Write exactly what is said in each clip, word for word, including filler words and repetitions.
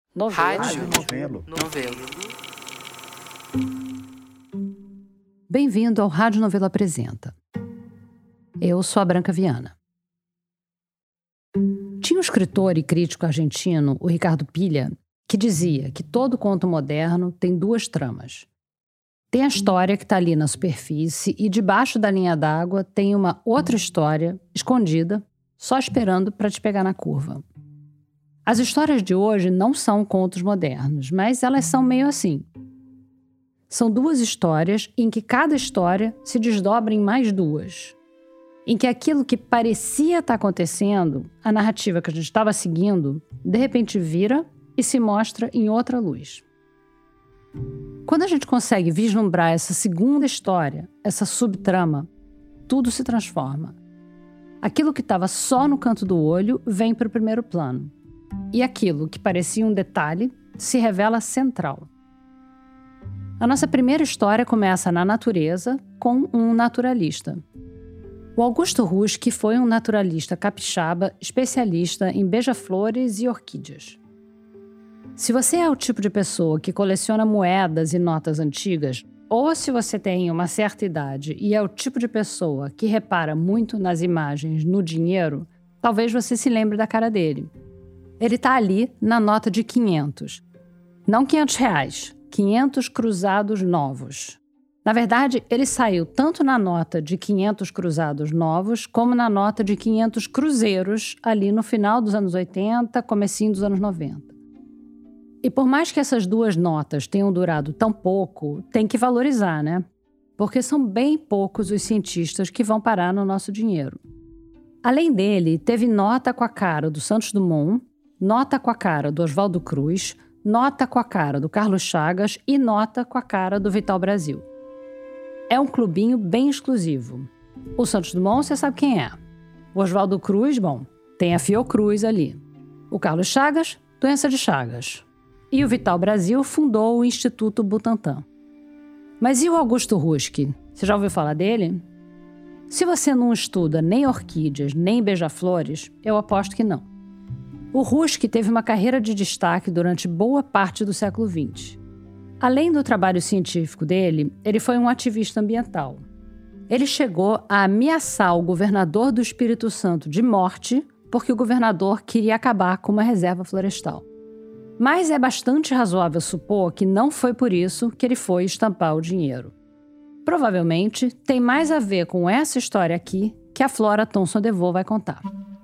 Novelo. Rádio Novelo. Novelo. Bem-vindo ao Rádio Novelo Apresenta. Eu sou a Branca Viana. Tinha um escritor e crítico argentino, o Ricardo Pilha, que dizia que todo conto moderno tem duas tramas. Tem a história que está ali na superfície e debaixo da linha d'água tem uma outra história escondida, só esperando para te pegar na curva. As histórias de hoje não são contos modernos, mas elas são meio assim. São duas histórias em que cada história se desdobra em mais duas. Em que aquilo que parecia estar acontecendo, a narrativa que a gente estava seguindo, de repente vira e se mostra em outra luz. Quando a gente consegue vislumbrar essa segunda história, essa subtrama, tudo se transforma. Aquilo que estava só no canto do olho vem para o primeiro plano. E aquilo que parecia um detalhe se revela central. A nossa primeira história começa na natureza com um naturalista. O Augusto Ruschi foi um naturalista capixaba especialista em beija-flores e orquídeas. Se você é o tipo de pessoa que coleciona moedas e notas antigas, ou se você tem uma certa idade e é o tipo de pessoa que repara muito nas imagens no dinheiro, talvez você se lembre da cara dele. Ele está ali na nota de quinhentos. Não quinhentos reais, quinhentos cruzados novos. Na verdade, ele saiu tanto na nota de quinhentos cruzados novos, como na nota de quinhentos cruzeiros, ali no final dos anos oitenta, comecinho dos anos noventa. E por mais que essas duas notas tenham durado tão pouco, tem que valorizar, né? Porque são bem poucos os cientistas que vão parar no nosso dinheiro. Além dele, teve nota com a cara do Santos Dumont, nota com a cara do Oswaldo Cruz, nota com a cara do Carlos Chagas e nota com a cara do Vital Brasil. É um clubinho bem exclusivo. O Santos Dumont, você sabe quem é. O Oswaldo Cruz, bom, tem a Fiocruz ali. O Carlos Chagas, doença de Chagas. E o Vital Brasil fundou o Instituto Butantan. Mas e o Augusto Ruschi? Você já ouviu falar dele? Se você não estuda nem orquídeas, nem beija-flores, eu aposto que não. O Ruschi teve uma carreira de destaque durante boa parte do século vinte. Além do trabalho científico dele, ele foi um ativista ambiental. Ele chegou a ameaçar o governador do Espírito Santo de morte porque o governador queria acabar com uma reserva florestal. Mas é bastante razoável supor que não foi por isso que ele foi estampar o dinheiro. Provavelmente tem mais a ver com essa história aqui que a Flora Thomson DeVoe vai contar.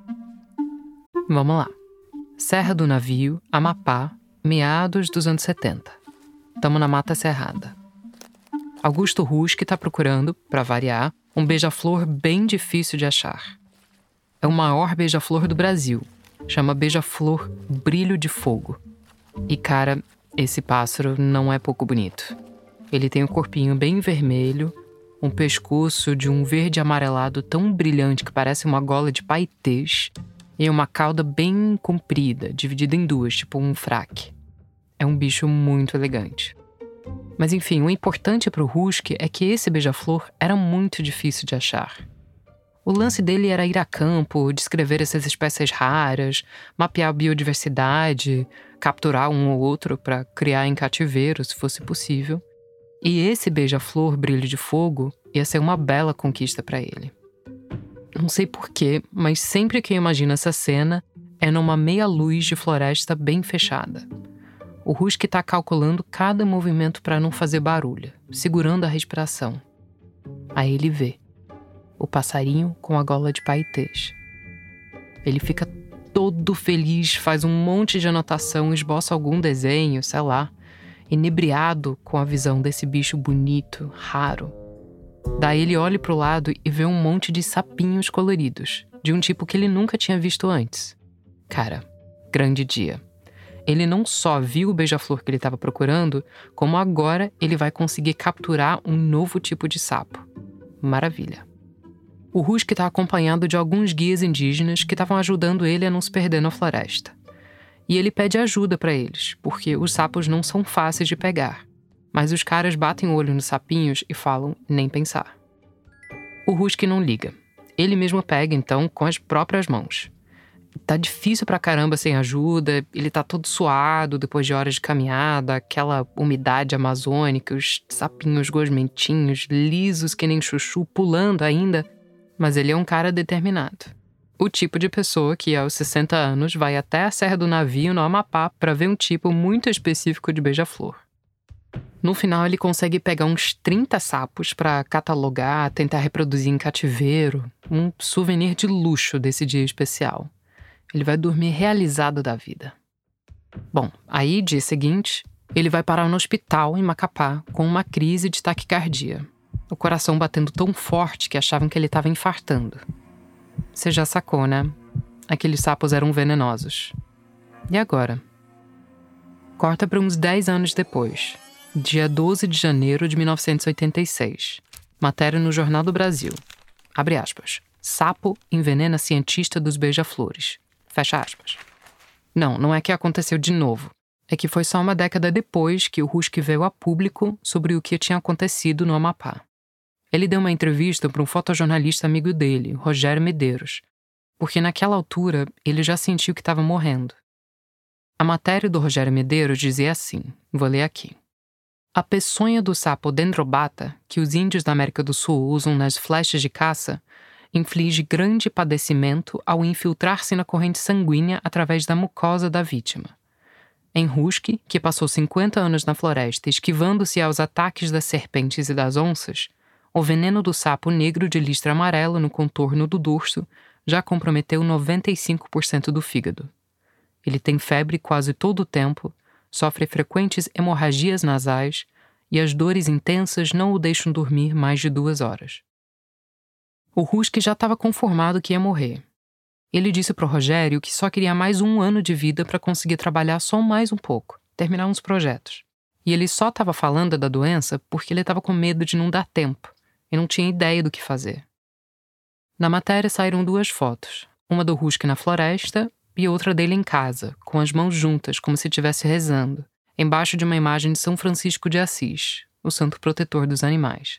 Vamos lá. Serra do Navio, Amapá, meados dos anos setenta. Tamo na Mata Cerrada. Augusto Ruschi está procurando, para variar, um beija-flor bem difícil de achar. É o maior beija-flor do Brasil. Chama beija-flor Brilho de Fogo. E, cara, esse pássaro não é pouco bonito. Ele tem um corpinho bem vermelho, um pescoço de um verde amarelado tão brilhante que parece uma gola de paetês e uma cauda bem comprida, dividida em duas, tipo um fraque. É um bicho muito elegante. Mas enfim, o importante para o Ruschi é que esse beija-flor era muito difícil de achar. O lance dele era ir a campo, descrever essas espécies raras, mapear a biodiversidade, capturar um ou outro para criar em cativeiro, se fosse possível. E esse beija-flor Brilho de Fogo ia ser uma bela conquista para ele. Não sei porquê, mas sempre que eu imagino essa cena é numa meia-luz de floresta bem fechada. O Ruschi está calculando cada movimento para não fazer barulho, segurando a respiração. Aí ele vê o passarinho com a gola de paetês. Ele fica todo feliz, faz um monte de anotação, esboça algum desenho, sei lá, inebriado com a visão desse bicho bonito, raro. Daí ele olha pro lado e vê um monte de sapinhos coloridos, de um tipo que ele nunca tinha visto antes. Cara, grande dia. Ele não só viu o beija-flor que ele estava procurando, como agora ele vai conseguir capturar um novo tipo de sapo. Maravilha. O Ruschi está acompanhado de alguns guias indígenas que estavam ajudando ele a não se perder na floresta. E ele pede ajuda para eles, porque os sapos não são fáceis de pegar. Mas os caras batem o olho nos sapinhos e falam nem pensar. O Ruschi não liga. Ele mesmo pega, então, com as próprias mãos. Tá difícil pra caramba sem ajuda, ele tá todo suado depois de horas de caminhada, aquela umidade amazônica, os sapinhos gosmentinhos, lisos que nem chuchu, pulando ainda. Mas ele é um cara determinado. O tipo de pessoa que aos sessenta anos vai até a Serra do Navio, no Amapá, pra ver um tipo muito específico de beija-flor. No final, ele consegue pegar uns trinta sapos pra catalogar, tentar reproduzir em cativeiro, um souvenir de luxo desse dia especial. Ele vai dormir realizado da vida. Bom, aí, dia seguinte, ele vai parar no hospital em Macapá com uma crise de taquicardia. O coração batendo tão forte que achavam que ele estava infartando. Você já sacou, né? Aqueles sapos eram venenosos. E agora? Corta para uns dez anos depois, dia doze de janeiro de mil novecentos e oitenta e seis. Matéria no Jornal do Brasil. Abre aspas. Sapo envenena cientista dos beija-flores. Fecha aspas. Não, não é que aconteceu de novo. É que foi só uma década depois que o Rusk veio a público sobre o que tinha acontecido no Amapá. Ele deu uma entrevista para um fotojornalista amigo dele, Rogério Medeiros, porque naquela altura ele já sentiu que estava morrendo. A matéria do Rogério Medeiros dizia assim, vou ler aqui. A peçonha do sapo dendrobata, que os índios da América do Sul usam nas flechas de caça, inflige grande padecimento ao infiltrar-se na corrente sanguínea através da mucosa da vítima. Em Rusk, que passou cinquenta anos na floresta esquivando-se aos ataques das serpentes e das onças, o veneno do sapo negro de listra amarelo no contorno do dorso já comprometeu noventa e cinco por cento do fígado. Ele tem febre quase todo o tempo, sofre frequentes hemorragias nasais e as dores intensas não o deixam dormir mais de duas horas. O Rusk já estava conformado que ia morrer. Ele disse para o Rogério que só queria mais um ano de vida para conseguir trabalhar só mais um pouco, terminar uns projetos. E ele só estava falando da doença porque ele estava com medo de não dar tempo e não tinha ideia do que fazer. Na matéria saíram duas fotos, uma do Rusk na floresta e outra dele em casa, com as mãos juntas, como se estivesse rezando, embaixo de uma imagem de São Francisco de Assis, o santo protetor dos animais.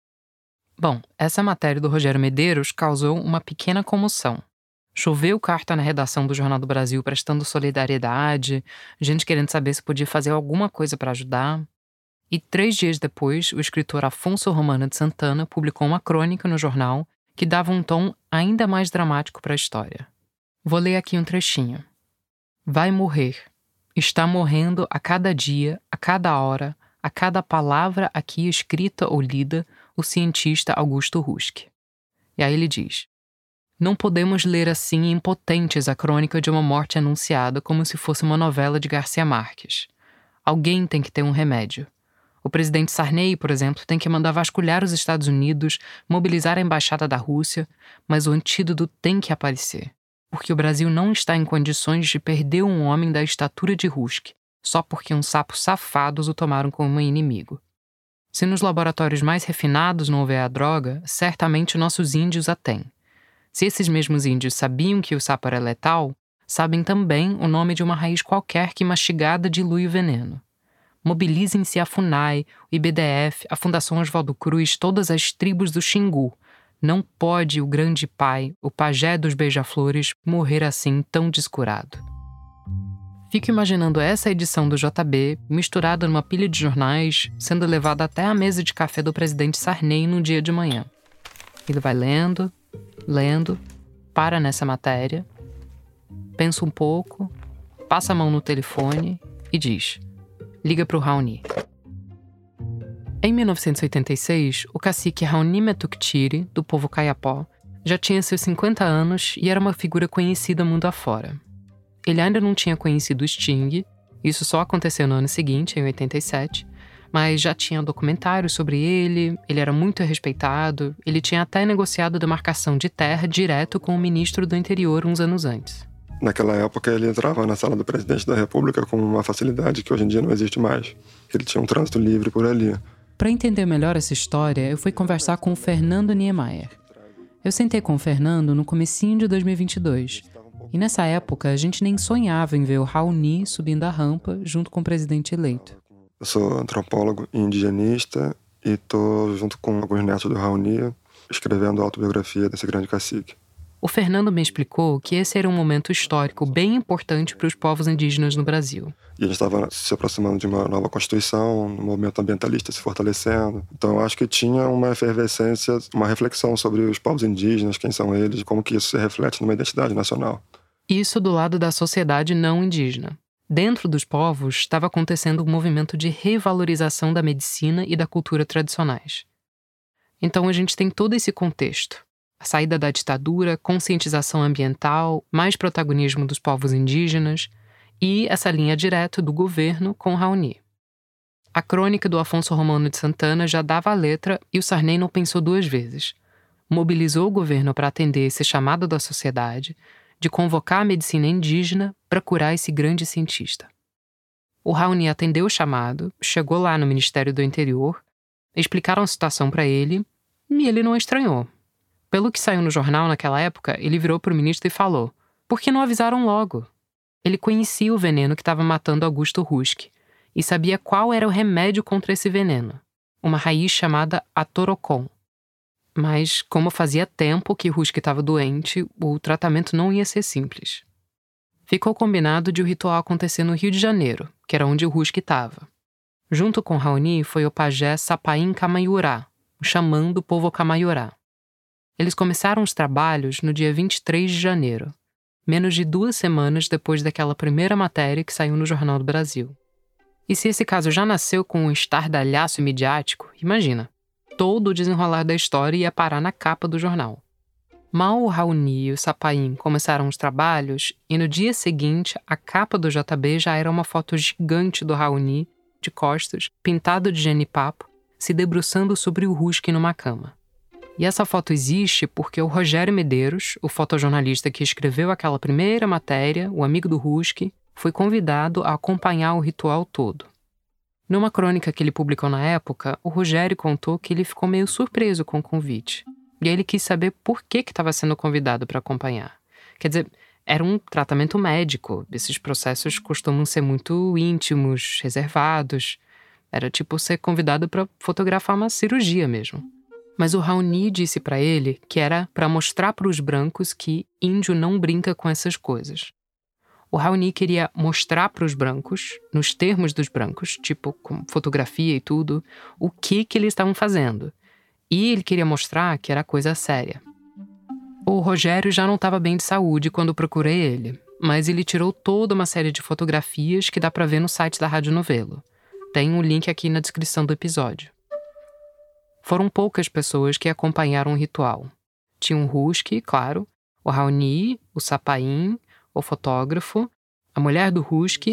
Bom, essa matéria do Rogério Medeiros causou uma pequena comoção. Choveu carta na redação do Jornal do Brasil prestando solidariedade, gente querendo saber se podia fazer alguma coisa para ajudar. E três dias depois, o escritor Afonso Romano de Santana publicou uma crônica no jornal que dava um tom ainda mais dramático para a história. Vou ler aqui um trechinho. Vai morrer. Está morrendo a cada dia, a cada hora, a cada palavra aqui escrita ou lida, o cientista Augusto Rusk. E aí ele diz: não podemos ler assim impotentes a crônica de uma morte anunciada como se fosse uma novela de Garcia Marques. Alguém tem que ter um remédio. O presidente Sarney, por exemplo, tem que mandar vasculhar os Estados Unidos, mobilizar a embaixada da Rússia, mas o antídoto tem que aparecer. Porque o Brasil não está em condições de perder um homem da estatura de Rusk, só porque uns sapos safados o tomaram como um inimigo. Se nos laboratórios mais refinados não houver a droga, certamente nossos índios a têm. Se esses mesmos índios sabiam que o sapo era letal, sabem também o nome de uma raiz qualquer que mastigada dilui o veneno. Mobilizem-se a FUNAI, o I B D F, a Fundação Oswaldo Cruz, todas as tribos do Xingu. Não pode o grande pai, o pajé dos beija-flores, morrer assim tão descurado. Fico imaginando essa edição do J B, misturada numa pilha de jornais, sendo levada até a mesa de café do presidente Sarney num dia de manhã. Ele vai lendo, lendo, para nessa matéria, pensa um pouco, passa a mão no telefone e diz: liga para o Raoni. Em mil novecentos e oitenta e seis, o cacique Raoni Metuktiri, do povo Kayapó, já tinha seus cinquenta anos e era uma figura conhecida mundo afora. Ele ainda não tinha conhecido Sting, isso só aconteceu no ano seguinte, em oitenta e sete, mas já tinha documentários sobre ele, ele era muito respeitado, ele tinha até negociado demarcação de terra direto com o ministro do interior uns anos antes. Naquela época ele entrava na sala do presidente da República com uma facilidade que hoje em dia não existe mais. Ele tinha um trânsito livre por ali. Para entender melhor essa história, eu fui conversar com o Fernando Niemeyer. Eu sentei com o Fernando no comecinho de dois mil e vinte e dois. E nessa época, a gente nem sonhava em ver o Raoni subindo a rampa junto com o presidente eleito. Eu sou antropólogo e indigenista e estou junto com alguns netos do Raoni escrevendo a autobiografia desse grande cacique. O Fernando me explicou que esse era um momento histórico bem importante para os povos indígenas no Brasil. E a gente estava se aproximando de uma nova Constituição, um movimento ambientalista se fortalecendo. Então eu acho que tinha uma efervescência, uma reflexão sobre os povos indígenas, quem são eles, como que isso se reflete numa identidade nacional. Isso do lado da sociedade não indígena. Dentro dos povos estava acontecendo um movimento de revalorização da medicina e da cultura tradicionais. Então a gente tem todo esse contexto. A saída da ditadura, conscientização ambiental, mais protagonismo dos povos indígenas e essa linha direta do governo com Raoni. A crônica do Afonso Romano de Santana já dava a letra e o Sarney não pensou duas vezes. Mobilizou o governo para atender esse chamado da sociedade de convocar a medicina indígena para curar esse grande cientista. O Raoni atendeu o chamado, chegou lá no Ministério do Interior, explicaram a situação para ele e ele não estranhou. Pelo que saiu no jornal naquela época, ele virou para o ministro e falou: por que não avisaram logo? Ele conhecia o veneno que estava matando Augusto Rusk e sabia qual era o remédio contra esse veneno, uma raiz chamada atorocon. Mas, como fazia tempo que Rusk estava doente, o tratamento não ia ser simples. Ficou combinado de o ritual acontecer no Rio de Janeiro, que era onde o Rusk estava. Junto com Raoni foi o pajé Sapaim Camaiurá, o xamã do povo Camaiurá. Eles começaram os trabalhos no dia vinte e três de janeiro, menos de duas semanas depois daquela primeira matéria que saiu no Jornal do Brasil. E se esse caso já nasceu com um estardalhaço midiático, imagina, todo o desenrolar da história ia parar na capa do jornal. Mal o Raoni e o Sapaim começaram os trabalhos, e no dia seguinte a capa do J B já era uma foto gigante do Raoni, de costas, pintado de genipapo, se debruçando sobre o Rusk numa cama. E essa foto existe porque o Rogério Medeiros, o fotojornalista que escreveu aquela primeira matéria, o amigo do Rusk, foi convidado a acompanhar o ritual todo. Numa crônica que ele publicou na época, o Rogério contou que ele ficou meio surpreso com o convite. E aí ele quis saber por que estava sendo convidado para acompanhar. Quer dizer, era um tratamento médico. Esses processos costumam ser muito íntimos, reservados. Era tipo ser convidado para fotografar uma cirurgia mesmo. Mas o Raoni disse para ele que era para mostrar para os brancos que índio não brinca com essas coisas. O Raoni queria mostrar para os brancos, nos termos dos brancos, tipo com fotografia e tudo, o que, que eles estavam fazendo. E ele queria mostrar que era coisa séria. O Rogério já não estava bem de saúde quando procurei ele, mas ele tirou toda uma série de fotografias que dá para ver no site da Rádio Novelo. Tem um link aqui na descrição do episódio. Foram poucas pessoas que acompanharam o ritual. Tinha o Rusk, claro, o Raoni, o Sapaim, o fotógrafo, a mulher do Rusk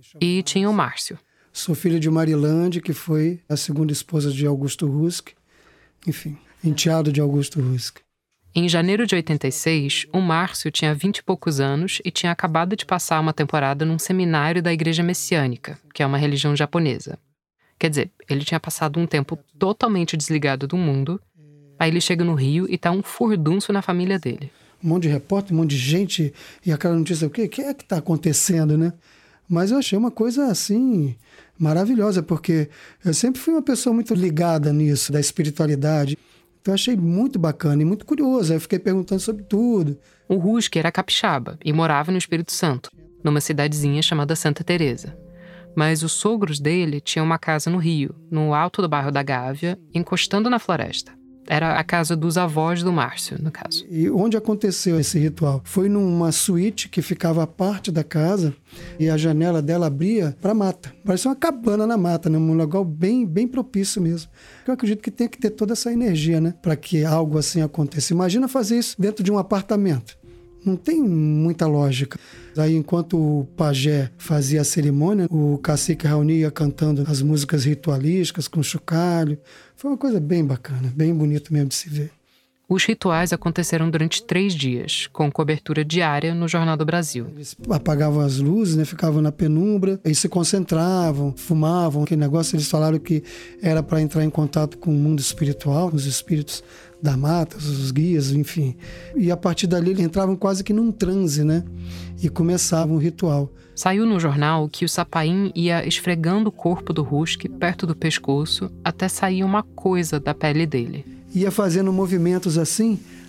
e tinha o Márcio. Sou filho de Marilande, que foi a segunda esposa de Augusto Rusk. Enfim, enteado de Augusto Rusk. Em janeiro de oitenta e seis, o Márcio tinha vinte e poucos anos e tinha acabado de passar uma temporada num seminário da Igreja Messiânica, que é uma religião japonesa. Quer dizer, ele tinha passado um tempo totalmente desligado do mundo, aí ele chega no Rio e tá um furdunço na família dele. Um monte de repórter, um monte de gente, e aquela notícia, o quê? O que é que tá acontecendo, né? Mas eu achei uma coisa, assim, maravilhosa, porque eu sempre fui uma pessoa muito ligada nisso, da espiritualidade. Então eu achei muito bacana e muito curioso, aí eu fiquei perguntando sobre tudo. O Rusk era capixaba e morava no Espírito Santo, numa cidadezinha chamada Santa Teresa. Mas os sogros dele tinham uma casa no Rio, no alto do bairro da Gávea, encostando na floresta. Era a casa dos avós do Márcio, no caso. E onde aconteceu esse ritual? Foi numa suíte que ficava à parte da casa e a janela dela abria para a mata. Parecia uma cabana na mata, né? Um lugar bem, bem propício mesmo. Eu acredito que tem que ter toda essa energia, né? Para que algo assim aconteça. Imagina fazer isso dentro de um apartamento. Não tem muita lógica. Aí, enquanto o pajé fazia a cerimônia, o cacique Raoni ia cantando as músicas ritualísticas com chocalho. Foi uma coisa bem bacana, bem bonito mesmo de se ver. Os rituais aconteceram durante três dias, com cobertura diária no Jornal do Brasil. Eles apagavam as luzes, né, ficavam na penumbra, e se concentravam, fumavam. Aquele negócio, eles falaram que era para entrar em contato com o mundo espiritual, os espíritos da mata, os guias, enfim. E a partir dali eles entravam quase que num transe, né? E começavam o ritual. Saiu no jornal que o Sapaim ia esfregando o corpo do Rusk perto do pescoço até sair uma coisa da pele dele. Ia fazendo movimentos assim,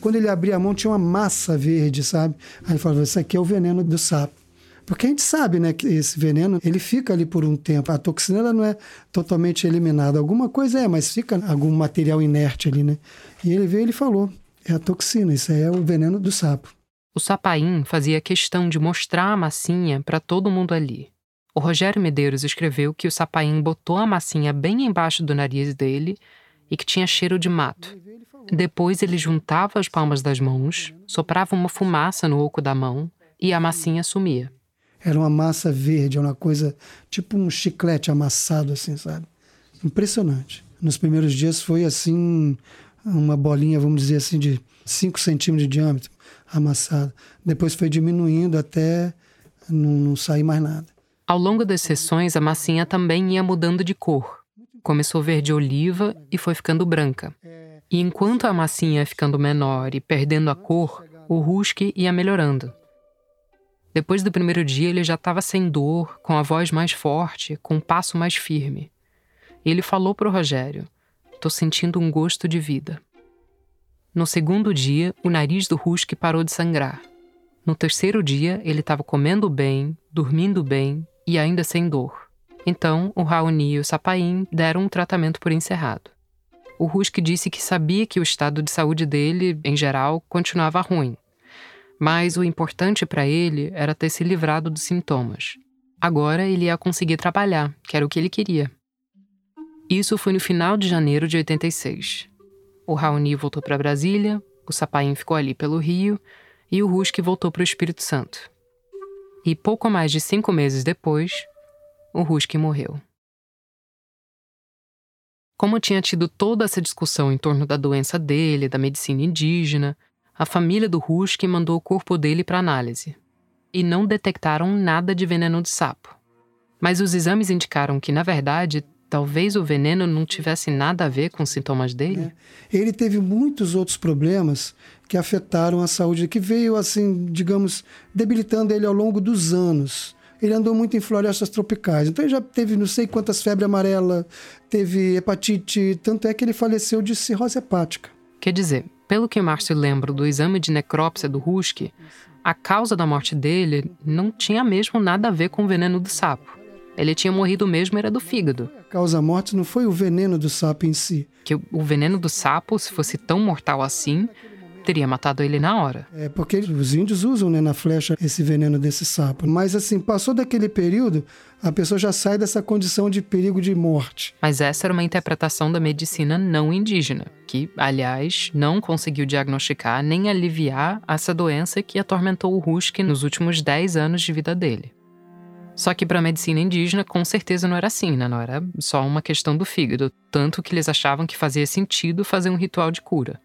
Quando ele abria a mão, tinha uma massa verde, sabe? Aí ele falava, isso aqui é o veneno do sapo. Porque a gente sabe, né, que esse veneno, ele fica ali por um tempo. A toxina, ela não é totalmente eliminada. Alguma coisa é, mas fica algum material inerte ali, né? E ele veio e ele falou, é a toxina, isso aí é o veneno do sapo. O Sapain fazia questão de mostrar a massinha para todo mundo ali. O Rogério Medeiros escreveu que o Sapain botou a massinha bem embaixo do nariz dele e que tinha cheiro de mato. Depois ele juntava as palmas das mãos, soprava uma fumaça no oco da mão e a massinha sumia. Era uma massa verde, uma coisa tipo um chiclete amassado assim, sabe? Impressionante. Nos primeiros dias foi assim, uma bolinha, vamos dizer assim, de cinco centímetros de diâmetro, amassada. Depois foi diminuindo até não, não sair mais nada. Ao longo das sessões, a massinha também ia mudando de cor. Começou verde-oliva e foi ficando branca. E enquanto a massinha ia ficando menor e perdendo a cor, o Ruski ia melhorando. Depois do primeiro dia, ele já estava sem dor, com a voz mais forte, com um passo mais firme. E ele falou para o Rogério, tô sentindo um gosto de vida. No segundo dia, o nariz do Ruski parou de sangrar. No terceiro dia, ele estava comendo bem, dormindo bem e ainda sem dor. Então, o Raoni e o Sapain deram um tratamento por encerrado. O Ruski disse que sabia que o estado de saúde dele, em geral, continuava ruim. Mas o importante para ele era ter se livrado dos sintomas. Agora ele ia conseguir trabalhar, que era o que ele queria. Isso foi no final de janeiro de oitenta e seis. O Raoni voltou para Brasília, o Sapain ficou ali pelo Rio e o Ruski voltou para o Espírito Santo. E pouco mais de cinco meses depois, o Ruski morreu. Como tinha tido toda essa discussão em torno da doença dele, da medicina indígena, a família do Ruski mandou o corpo dele para análise. E não detectaram nada de veneno de sapo. Mas os exames indicaram que, na verdade, talvez o veneno não tivesse nada a ver com os sintomas dele. É. Ele teve muitos outros problemas que afetaram a saúde, que veio, assim, digamos, debilitando ele ao longo dos anos. Ele andou muito em florestas tropicais, então ele já teve não sei quantas febres amarelas, teve hepatite, tanto é que ele faleceu de cirrose hepática. Quer dizer, pelo que o Márcio lembra do exame de necrópsia do Ruski, a causa da morte dele não tinha mesmo nada a ver com o veneno do sapo. Ele tinha morrido mesmo, era do fígado. A causa da morte não foi o veneno do sapo em si. Que o veneno do sapo, se fosse tão mortal assim, teria matado ele na hora. É porque os índios usam, né, na flecha esse veneno desse sapo. Mas assim, passou daquele período, a pessoa já sai dessa condição de perigo de morte. Mas essa era uma interpretação da medicina não indígena, que, aliás, não conseguiu diagnosticar nem aliviar essa doença que atormentou o Ruski nos últimos dez anos de vida dele. Só que para a medicina indígena, com certeza não era assim, né? Não era só uma questão do fígado, tanto que eles achavam que fazia sentido fazer um ritual de cura.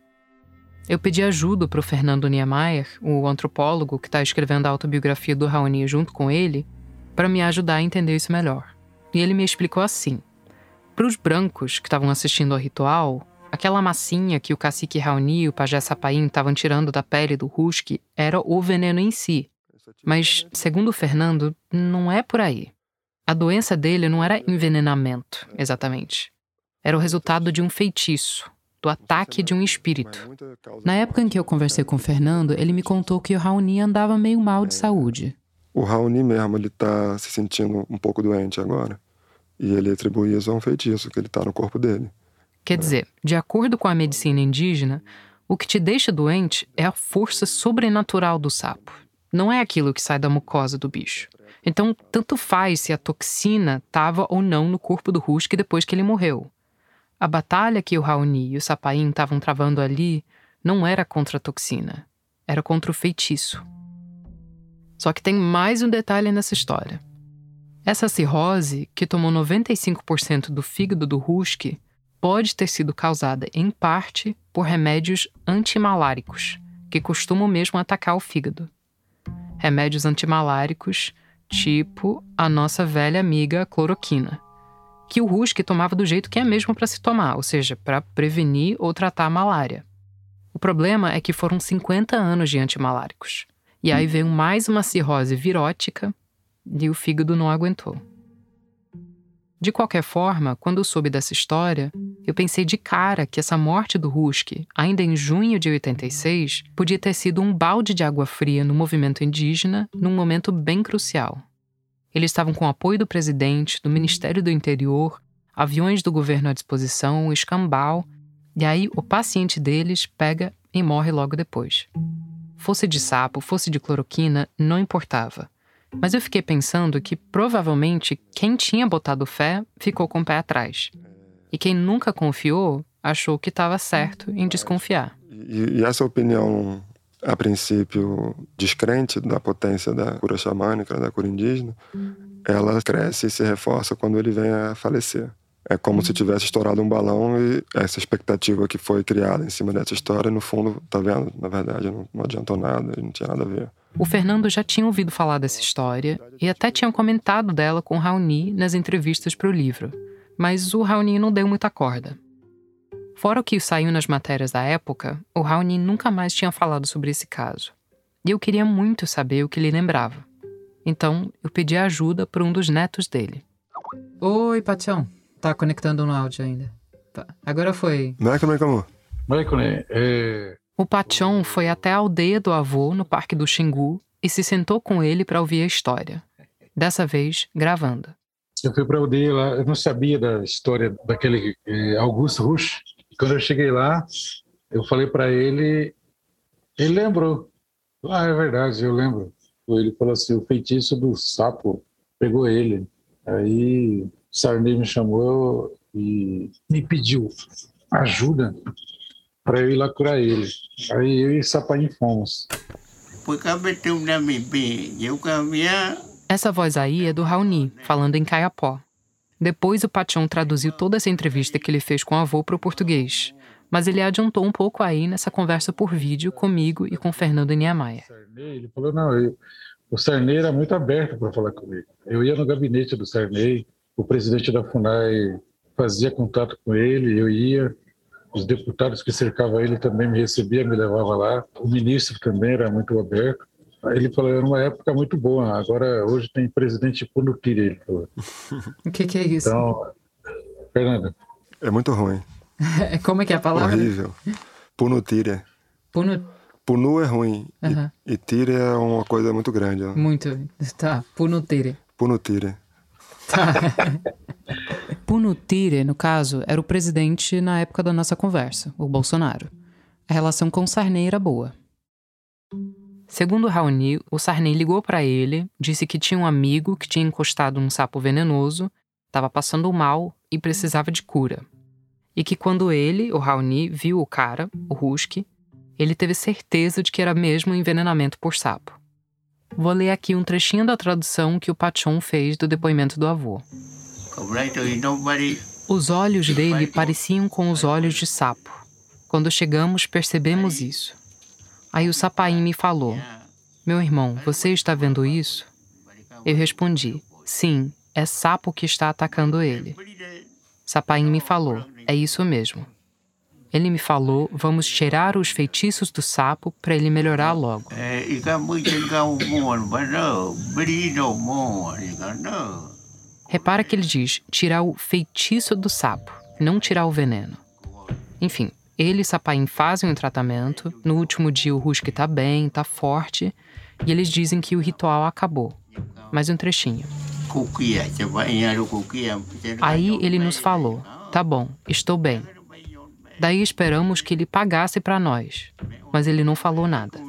Eu pedi ajuda para o Fernando Niemeyer, o antropólogo que está escrevendo a autobiografia do Raoni junto com ele, para me ajudar a entender isso melhor. E ele me explicou assim. Para os brancos que estavam assistindo ao ritual, aquela massinha que o cacique Raoni e o pajé Sapain estavam tirando da pele do Ruski era o veneno em si. Mas, segundo o Fernando, não é por aí. A doença dele não era envenenamento, exatamente. Era o resultado de um feitiço, do ataque de um espírito. Na época em que eu conversei com o Fernando, ele me contou que o Raoni andava meio mal de saúde. O Raoni mesmo, ele tá se sentindo um pouco doente agora. E ele atribui isso a um feitiço que ele tá no corpo dele. Quer dizer, de acordo com a medicina indígena, o que te deixa doente é a força sobrenatural do sapo. Não é aquilo que sai da mucosa do bicho. Então, tanto faz se a toxina estava ou não no corpo do Ruski depois que ele morreu. A batalha que o Raoni e o Sapain estavam travando ali não era contra a toxina, era contra o feitiço. Só que tem mais um detalhe nessa história. Essa cirrose, que tomou noventa e cinco por cento do fígado do Ruski, pode ter sido causada, em parte, por remédios antimaláricos, que costumam mesmo atacar o fígado. Remédios antimaláricos, tipo a nossa velha amiga cloroquina, que o Ruski tomava do jeito que é mesmo para se tomar, ou seja, para prevenir ou tratar a malária. O problema é que foram cinquenta anos de antimaláricos. E aí veio mais uma cirrose virótica e o fígado não aguentou. De qualquer forma, quando eu soube dessa história, eu pensei de cara que essa morte do Ruski, ainda em junho de oitenta e seis, podia ter sido um balde de água fria no movimento indígena num momento bem crucial. Eles estavam com o apoio do presidente, do Ministério do Interior, aviões do governo à disposição, escambau, e aí o paciente deles pega e morre logo depois. Fosse de sapo, fosse de cloroquina, não importava. Mas eu fiquei pensando que, provavelmente, quem tinha botado fé ficou com o pé atrás. E quem nunca confiou, achou que estava certo em desconfiar. E, e essa opinião, a princípio, descrente da potência da cura xamânica, da cura indígena, ela cresce e se reforça quando ele vem a falecer. É como se tivesse estourado um balão e essa expectativa que foi criada em cima dessa história, no fundo, tá vendo? Na verdade, não, não adiantou nada, não tinha nada a ver. O Fernando já tinha ouvido falar dessa história e até tinha comentado dela com o Raoni nas entrevistas para o livro. Mas o Raoni não deu muita corda. Fora o que saiu nas matérias da época, o Raoni nunca mais tinha falado sobre esse caso. E eu queria muito saber o que ele lembrava. Então, eu pedi ajuda para um dos netos dele. Oi, Patião. Tá conectando no áudio ainda. Tá. Agora foi. O Patião foi até a aldeia do avô, no Parque do Xingu, e se sentou com ele para ouvir a história. Dessa vez, gravando. Eu fui para a aldeia lá, eu não sabia da história daquele eh, Augusto Rusch. Quando eu cheguei lá, eu falei para ele, ele lembrou. Ah, é verdade, eu lembro. Ele falou assim, o feitiço do sapo pegou ele. Aí Sarney me chamou e me pediu ajuda para eu ir lá curar ele. Aí eu e Sapain fomos. Essa voz aí é do Raoni, falando em Kayapó. Depois o Patião traduziu toda essa entrevista que ele fez com o avô para o português, mas ele adiantou um pouco aí nessa conversa por vídeo comigo e com Fernando Niemeyer. Ele falou, não, eu, o Sarney era muito aberto para falar comigo. Eu ia no gabinete do Sarney, o presidente da FUNAI fazia contato com ele, eu ia, os deputados que cercavam ele também me recebiam, me levavam lá, o ministro também era muito aberto. Ele falou, era uma época muito boa, agora hoje tem presidente Punutiri, ele falou. O que, que é isso? Então, Fernanda. É muito ruim. Como é que é a palavra? Horrível. Punutiri. Punu... Punu é ruim, uhum. e, e tire é uma coisa muito grande. Ó. Muito, tá, Punutiri. Punutiri. Tá. Punutiri, no caso, era o presidente na época da nossa conversa, o Bolsonaro. A relação com o Sarney era boa. Segundo o Raoni, o Sarney ligou para ele, disse que tinha um amigo que tinha encostado num sapo venenoso, estava passando mal e precisava de cura. E que quando ele, o Raoni, viu o cara, o Ruski, ele teve certeza de que era mesmo um envenenamento por sapo. Vou ler aqui um trechinho da tradução que o Patião fez do depoimento do avô. Os olhos dele pareciam com os olhos de sapo. Quando chegamos, percebemos isso. Aí o Sapain me falou, meu irmão, você está vendo isso? Eu respondi, sim, é sapo que está atacando ele. Sapain me falou, é isso mesmo. Ele me falou, vamos tirar os feitiços do sapo para ele melhorar logo. Repara que ele diz, tirar o feitiço do sapo, não tirar o veneno. Enfim, ele e Sapain fazem um tratamento, no último dia o Ruski tá bem, tá forte, e eles dizem que o ritual acabou. Mais um trechinho. Aí ele nos falou, tá bom, estou bem. Daí esperamos que ele pagasse para nós, mas ele não falou nada.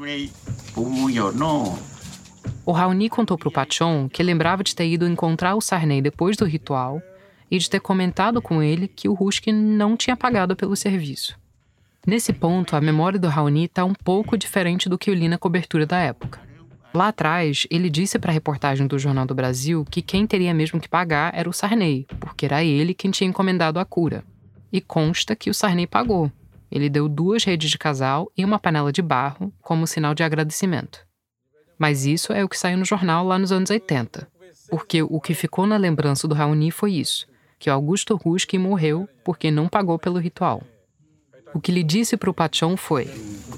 O Raoni contou pro Patião que lembrava de ter ido encontrar o Sarney depois do ritual e de ter comentado com ele que o Ruski não tinha pagado pelo serviço. Nesse ponto, a memória do Raoni está um pouco diferente do que eu li na cobertura da época. Lá atrás, ele disse para a reportagem do Jornal do Brasil que quem teria mesmo que pagar era o Sarney, porque era ele quem tinha encomendado a cura. E consta que o Sarney pagou. Ele deu duas redes de casal e uma panela de barro como sinal de agradecimento. Mas isso é o que saiu no jornal lá nos anos oitenta. Porque o que ficou na lembrança do Raoni foi isso, que o Augusto Ruski morreu porque não pagou pelo ritual. O que ele disse para o Patião foi: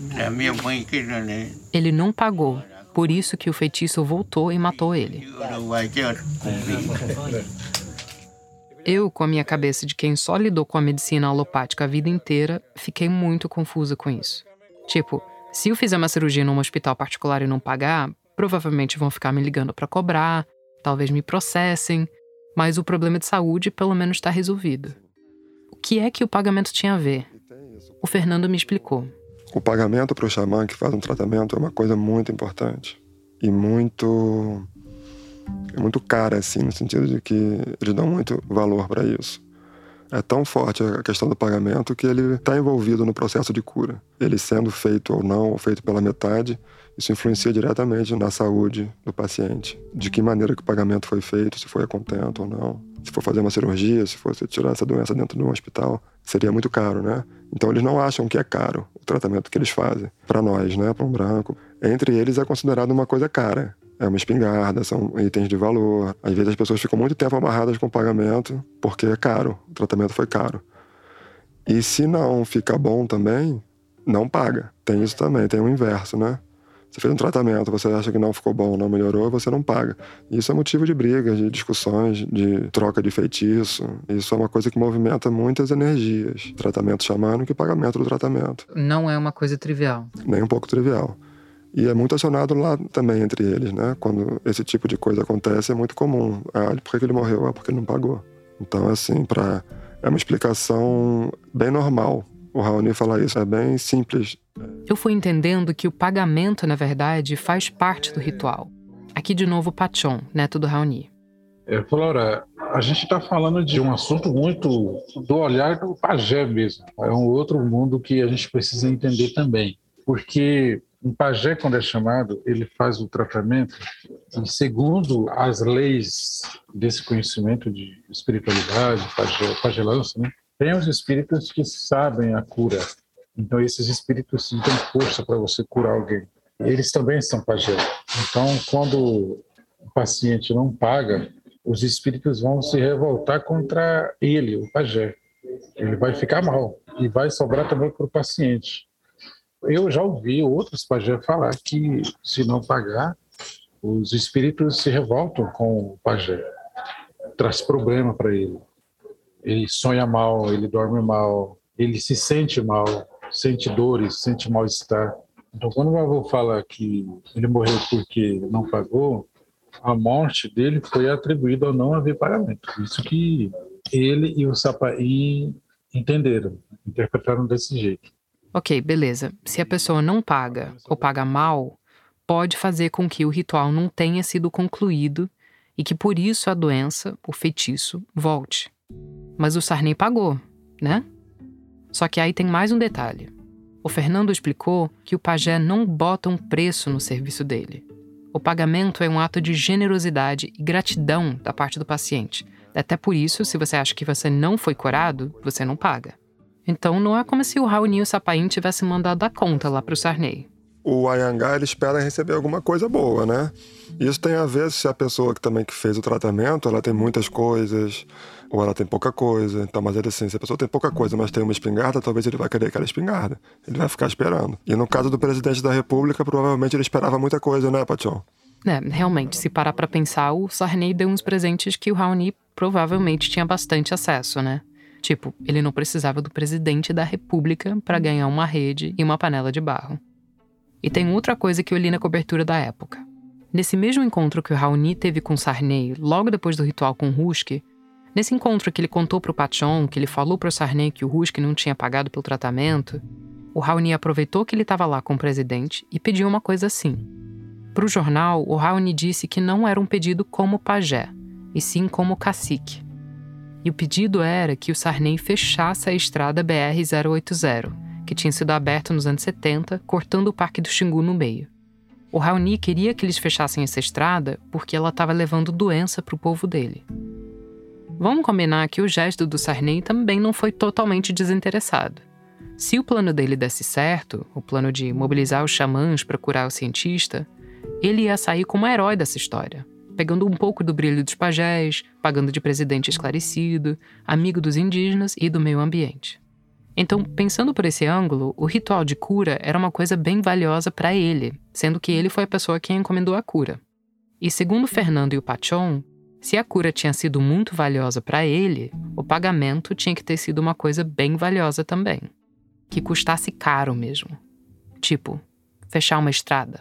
ele não pagou, por isso que o feitiço voltou e matou ele. Eu, com a minha cabeça de quem só lidou com a medicina alopática a vida inteira, fiquei muito confusa com isso. Tipo, se eu fizer uma cirurgia num hospital particular e não pagar, provavelmente vão ficar me ligando para cobrar, talvez me processem, mas o problema de saúde pelo menos está resolvido. O que é que o pagamento tinha a ver? O Fernando me explicou. O pagamento para o xamã que faz um tratamento é uma coisa muito importante e muito... é muito cara, assim, no sentido de que eles dão muito valor para isso. É tão forte a questão do pagamento que ele está envolvido no processo de cura. Ele sendo feito ou não, ou feito pela metade, isso influencia diretamente na saúde do paciente. De que maneira que o pagamento foi feito, se foi a contento ou não. Se for fazer uma cirurgia, se fosse tirar essa doença dentro de um hospital, seria muito caro, né? Então eles não acham que é caro o tratamento que eles fazem. Para nós, né, para um branco, entre eles é considerado uma coisa cara. É uma espingarda, são itens de valor. Às vezes as pessoas ficam muito tempo amarradas com o pagamento porque é caro, o tratamento foi caro. E se não fica bom também, não paga. Tem isso também, tem o inverso, né? Você fez um tratamento, você acha que não ficou bom, não melhorou, você não paga. Isso é motivo de brigas, de discussões, de troca de feitiço. Isso é uma coisa que movimenta muitas energias. Tratamento xamânico e pagamento do tratamento. Não é uma coisa trivial. Nem um pouco trivial. E é muito acionado lá também entre eles, né? Quando esse tipo de coisa acontece, é muito comum. Ah, por que ele morreu? Ah, porque ele não pagou. Então, assim, pra... é uma explicação bem normal. O Raoni falar isso é bem simples. Eu fui entendendo que o pagamento, na verdade, faz parte do ritual. Aqui de novo o Pachon, neto do Raoni. É, Flora, a gente está falando de um assunto muito do olhar do pajé mesmo. É um outro mundo que a gente precisa entender também. Porque um pajé, quando é chamado, ele faz o tratamento e, segundo as leis desse conhecimento de espiritualidade, pajé, pagelância, né? Tem os espíritos que sabem a cura. Então, esses espíritos têm força para você curar alguém. Eles também são pajé. Então, quando o paciente não paga, os espíritos vão se revoltar contra ele, o pajé. Ele vai ficar mal e vai sobrar também para o paciente. Eu já ouvi outros pajé falar que, se não pagar, os espíritos se revoltam com o pajé. Traz problema para ele. Ele sonha mal, ele dorme mal, ele se sente mal, sente dores, sente mal-estar. Então, quando o avô fala que ele morreu porque não pagou, a morte dele foi atribuída ao não haver pagamento. Isso que ele e o Sapaí entenderam, interpretaram desse jeito. Ok, beleza. Se a pessoa não paga ou paga mal, pode fazer com que o ritual não tenha sido concluído e que por isso a doença, o feitiço, volte. Mas o Sarney pagou, né? Só que aí tem mais um detalhe. O Fernando explicou que o pajé não bota um preço no serviço dele. O pagamento é um ato de generosidade e gratidão da parte do paciente. Até por isso, se você acha que você não foi curado, você não paga. Então não é como se o Raoni e o Sapaí tivessem mandado a conta lá para o Sarney. O Ayangá, ele espera receber alguma coisa boa, né? Isso tem a ver se a pessoa que também que fez o tratamento, ela tem muitas coisas, ou ela tem pouca coisa. Então, mas ele assim, se a pessoa tem pouca coisa, mas tem uma espingarda, talvez ele vai querer aquela espingarda. Ele vai ficar esperando. E no caso do presidente da República, provavelmente ele esperava muita coisa, né, Pachon? É, realmente, se parar pra pensar, o Sarney deu uns presentes que o Raoni provavelmente tinha bastante acesso, né? Tipo, ele não precisava do presidente da República pra ganhar uma rede e uma panela de barro. E tem outra coisa que eu li na cobertura da época. Nesse mesmo encontro que o Raoni teve com Sarney, logo depois do ritual com Ruski, nesse encontro que ele contou pro Pachon, que ele falou pro Sarney que o Ruski não tinha pagado pelo tratamento, o Raoni aproveitou que ele estava lá com o presidente e pediu uma coisa assim. Pro jornal, o Raoni disse que não era um pedido como pajé, e sim como cacique. E o pedido era que o Sarney fechasse a estrada B R zero oito zero, que tinha sido aberta nos anos setenta, cortando o Parque do Xingu no meio. O Raoni queria que eles fechassem essa estrada porque ela estava levando doença para o povo dele. Vamos combinar que o gesto do Sarney também não foi totalmente desinteressado. Se o plano dele desse certo, o plano de mobilizar os xamãs para curar o cientista, ele ia sair como herói dessa história, pegando um pouco do brilho dos pajés, pagando de presidente esclarecido, amigo dos indígenas e do meio ambiente. Então, pensando por esse ângulo, o ritual de cura era uma coisa bem valiosa para ele, sendo que ele foi a pessoa que encomendou a cura. E segundo Fernando e o Pachon, Se a cura tinha sido muito valiosa para ele, o pagamento tinha que ter sido uma coisa bem valiosa também. Que custasse caro mesmo. Tipo, fechar uma estrada.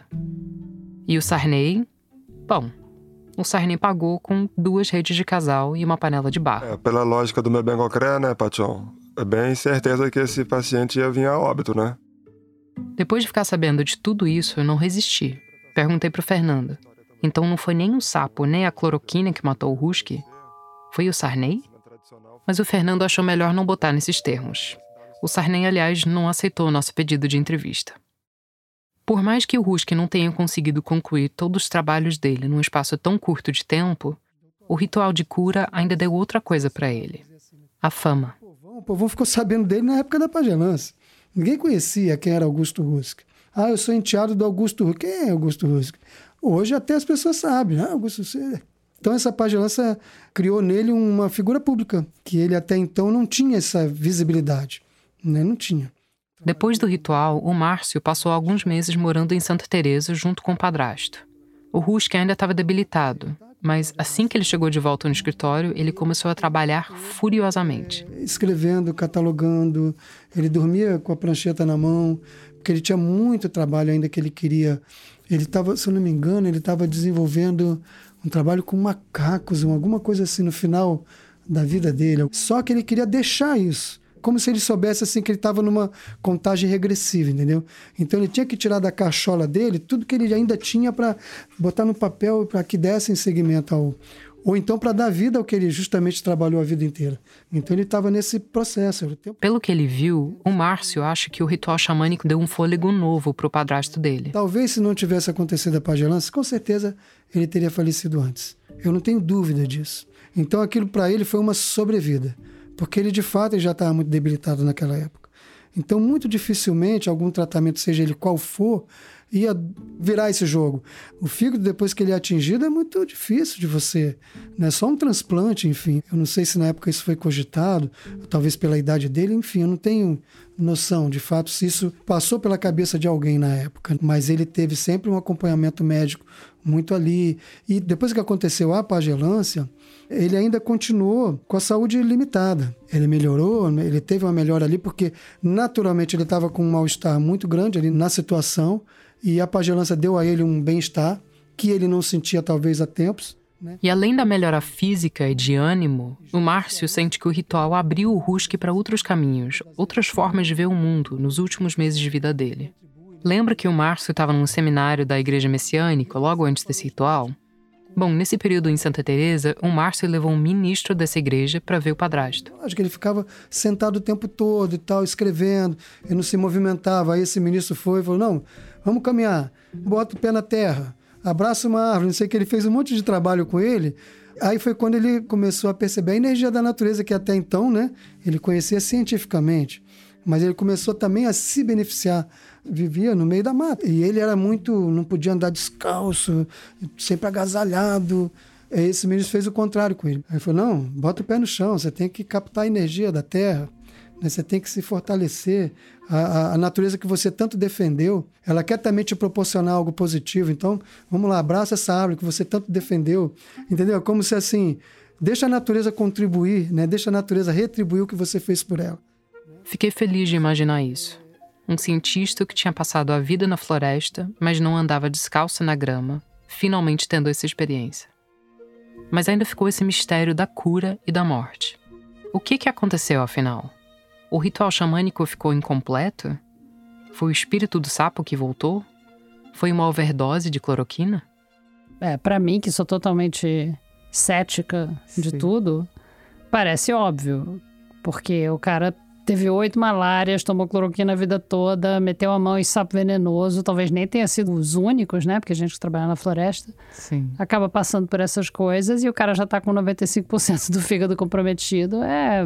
E o Sarney? Bom, o Sarney pagou com duas redes de casal e uma panela de barro. É, pela lógica do meu bengocré, né, Pachon? É bem certeza que esse paciente ia vir a óbito, né? Depois de ficar sabendo de tudo isso, eu não resisti. Perguntei pro Fernando. Então não foi nem o sapo, nem a cloroquina que matou o Ruski? Foi o Sarney? Mas o Fernando achou melhor não botar nesses termos. O Sarney, aliás, não aceitou o nosso pedido de entrevista. Por mais que o Ruski não tenha conseguido concluir todos os trabalhos dele num espaço tão curto de tempo, o ritual de cura ainda deu outra coisa para ele. A fama. O povão ficou sabendo dele na época da pagelança. Ninguém conhecia quem era Augusto Ruski. Ah, eu sou enteado do Augusto Ruski. Quem é Augusto Ruski? Hoje até as pessoas sabem, né? Augusto Ruski. Então essa pagelança criou nele uma figura pública, que ele até então não tinha essa visibilidade, né? Não tinha. Depois do ritual, o Márcio passou alguns meses morando em Santa Teresa junto com o padrasto. O Ruski ainda estava debilitado, mas assim que ele chegou de volta no escritório, ele começou a trabalhar furiosamente. Escrevendo, catalogando, ele dormia com a prancheta na mão, porque ele tinha muito trabalho ainda que ele queria. Ele estava, se eu não me engano, ele estava desenvolvendo um trabalho com macacos, alguma coisa assim no final da vida dele. Só que ele queria deixar isso, como se ele soubesse assim que ele estava numa contagem regressiva, entendeu? Então ele tinha que tirar da cachola dele tudo que ele ainda tinha para botar no papel para que desse segmento ao... Ou então para dar vida ao que ele justamente trabalhou a vida inteira. Então ele estava nesse processo. Pelo que ele viu, o Márcio acha que o ritual xamânico deu um fôlego novo para o padrasto dele. Talvez se não tivesse acontecido a pagelança, com certeza ele teria falecido antes. Eu não tenho dúvida disso. Então aquilo para ele foi uma sobrevida. Porque ele de fato ele já estava muito debilitado naquela época. Então muito dificilmente algum tratamento, seja ele qual for, ia virar esse jogo. O fígado, depois que ele é atingido, é muito difícil de você... Não é só um transplante, enfim. Eu não sei se na época isso foi cogitado, talvez pela idade dele, enfim, eu não tenho noção, de fato, se isso passou pela cabeça de alguém na época. Mas ele teve sempre um acompanhamento médico muito ali. E depois que aconteceu a pagelância, ele ainda continuou com a saúde limitada. Ele melhorou, ele teve uma melhora ali, porque naturalmente ele estava com um mal-estar muito grande ali na situação, e a pagelança deu a ele um bem-estar que ele não sentia talvez há tempos. Né? E além da melhora física e de ânimo, o Márcio sente que o ritual abriu o Ruski para outros caminhos, outras formas de ver o mundo nos últimos meses de vida dele. Lembra que o Márcio estava num seminário da Igreja Messiânica logo antes desse ritual? Bom, nesse período em Santa Teresa, o Márcio levou um ministro dessa igreja para ver o padrasto. Acho que ele ficava sentado o tempo todo e tal, escrevendo, ele não se movimentava. Aí esse ministro foi e falou, não, vamos caminhar, bota o pé na terra, abraça uma árvore, não sei o que. Ele fez um monte de trabalho com ele. Aí foi quando ele começou a perceber a energia da natureza, que até então, né, ele conhecia cientificamente. Mas ele começou também a se beneficiar. Vivia no meio da mata. E ele era muito... não podia andar descalço, sempre agasalhado. Esse ministro fez o contrário com ele. Aí ele falou, não, bota o pé no chão, você tem que captar a energia da terra, né? Você tem que se fortalecer. A, a, a natureza que você tanto defendeu, ela quer também te proporcionar algo positivo. Então, vamos lá, abraça essa árvore que você tanto defendeu. Entendeu? Como se assim, deixa a natureza contribuir, né? Deixa a natureza retribuir o que você fez por ela. Fiquei feliz de imaginar isso. Um cientista que tinha passado a vida na floresta, mas não andava descalço na grama, finalmente tendo essa experiência. Mas ainda ficou esse mistério da cura e da morte. O que que aconteceu, afinal? O ritual xamânico ficou incompleto? Foi o espírito do sapo que voltou? Foi uma overdose de cloroquina? É, pra mim, que sou totalmente cética de Sim. tudo, parece óbvio. Porque o cara teve oito malárias, tomou cloroquina a vida toda, meteu a mão em sapo venenoso, talvez nem tenha sido os únicos, né? Porque a gente que trabalha na floresta Sim. acaba passando por essas coisas e o cara já tá com noventa e cinco por cento do fígado comprometido. É,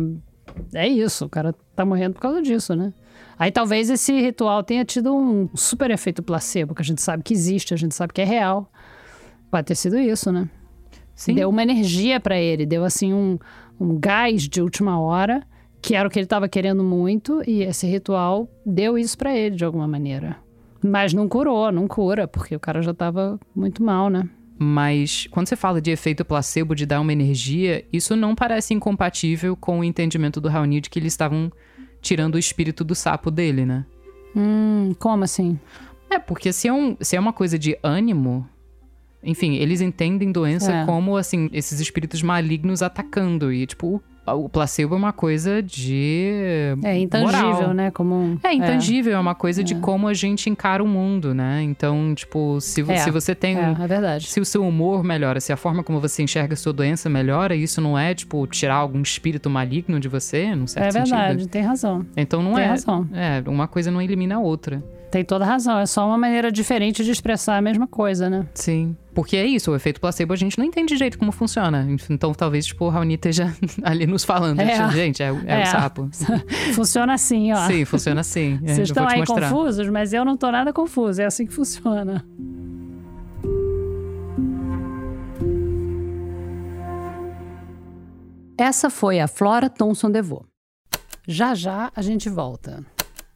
é isso, o cara tá morrendo por causa disso, né? Aí talvez esse ritual tenha tido um super efeito placebo, que a gente sabe que existe, a gente sabe que é real. Pode ter sido isso, né? Sim. Deu uma energia pra ele, deu assim um, um gás de última hora, que era o que ele estava querendo muito, e esse ritual deu isso pra ele de alguma maneira. Mas não curou, não cura, porque o cara já estava muito mal, né? Mas quando você fala de efeito placebo, de dar uma energia, isso não parece incompatível com o entendimento do Raoni de que eles estavam tirando o espírito do sapo dele, né? Hum, como assim? É, porque se é, um, se é uma coisa de ânimo... Enfim, eles entendem doença É. como, assim, esses espíritos malignos atacando. E, tipo, o placebo é uma coisa de É intangível, moral. né? Como... É intangível, é, é uma coisa É. de como a gente encara o mundo, né? Então, tipo, se, vo- É. se você tem... É, é verdade. Se o seu humor melhora, se a forma como você enxerga a sua doença melhora, isso não é, tipo, tirar algum espírito maligno de você, num certo É verdade, sentido. tem razão. Então não Tem é... razão. É, uma coisa não elimina a outra. Tem toda razão. É só uma maneira diferente de expressar a mesma coisa, né? Sim. Porque é isso, o efeito placebo a gente não entende direito como funciona. Então talvez, tipo, o Raoni esteja ali nos falando. É. Gente, é, é, É. o sapo. Funciona assim, ó. Sim, funciona assim. É, Vocês eu estão vou te aí mostrar. confusos, mas eu não tô nada confuso. É assim que funciona. Essa foi a Flora Thomson DeVoe. Já já a gente volta.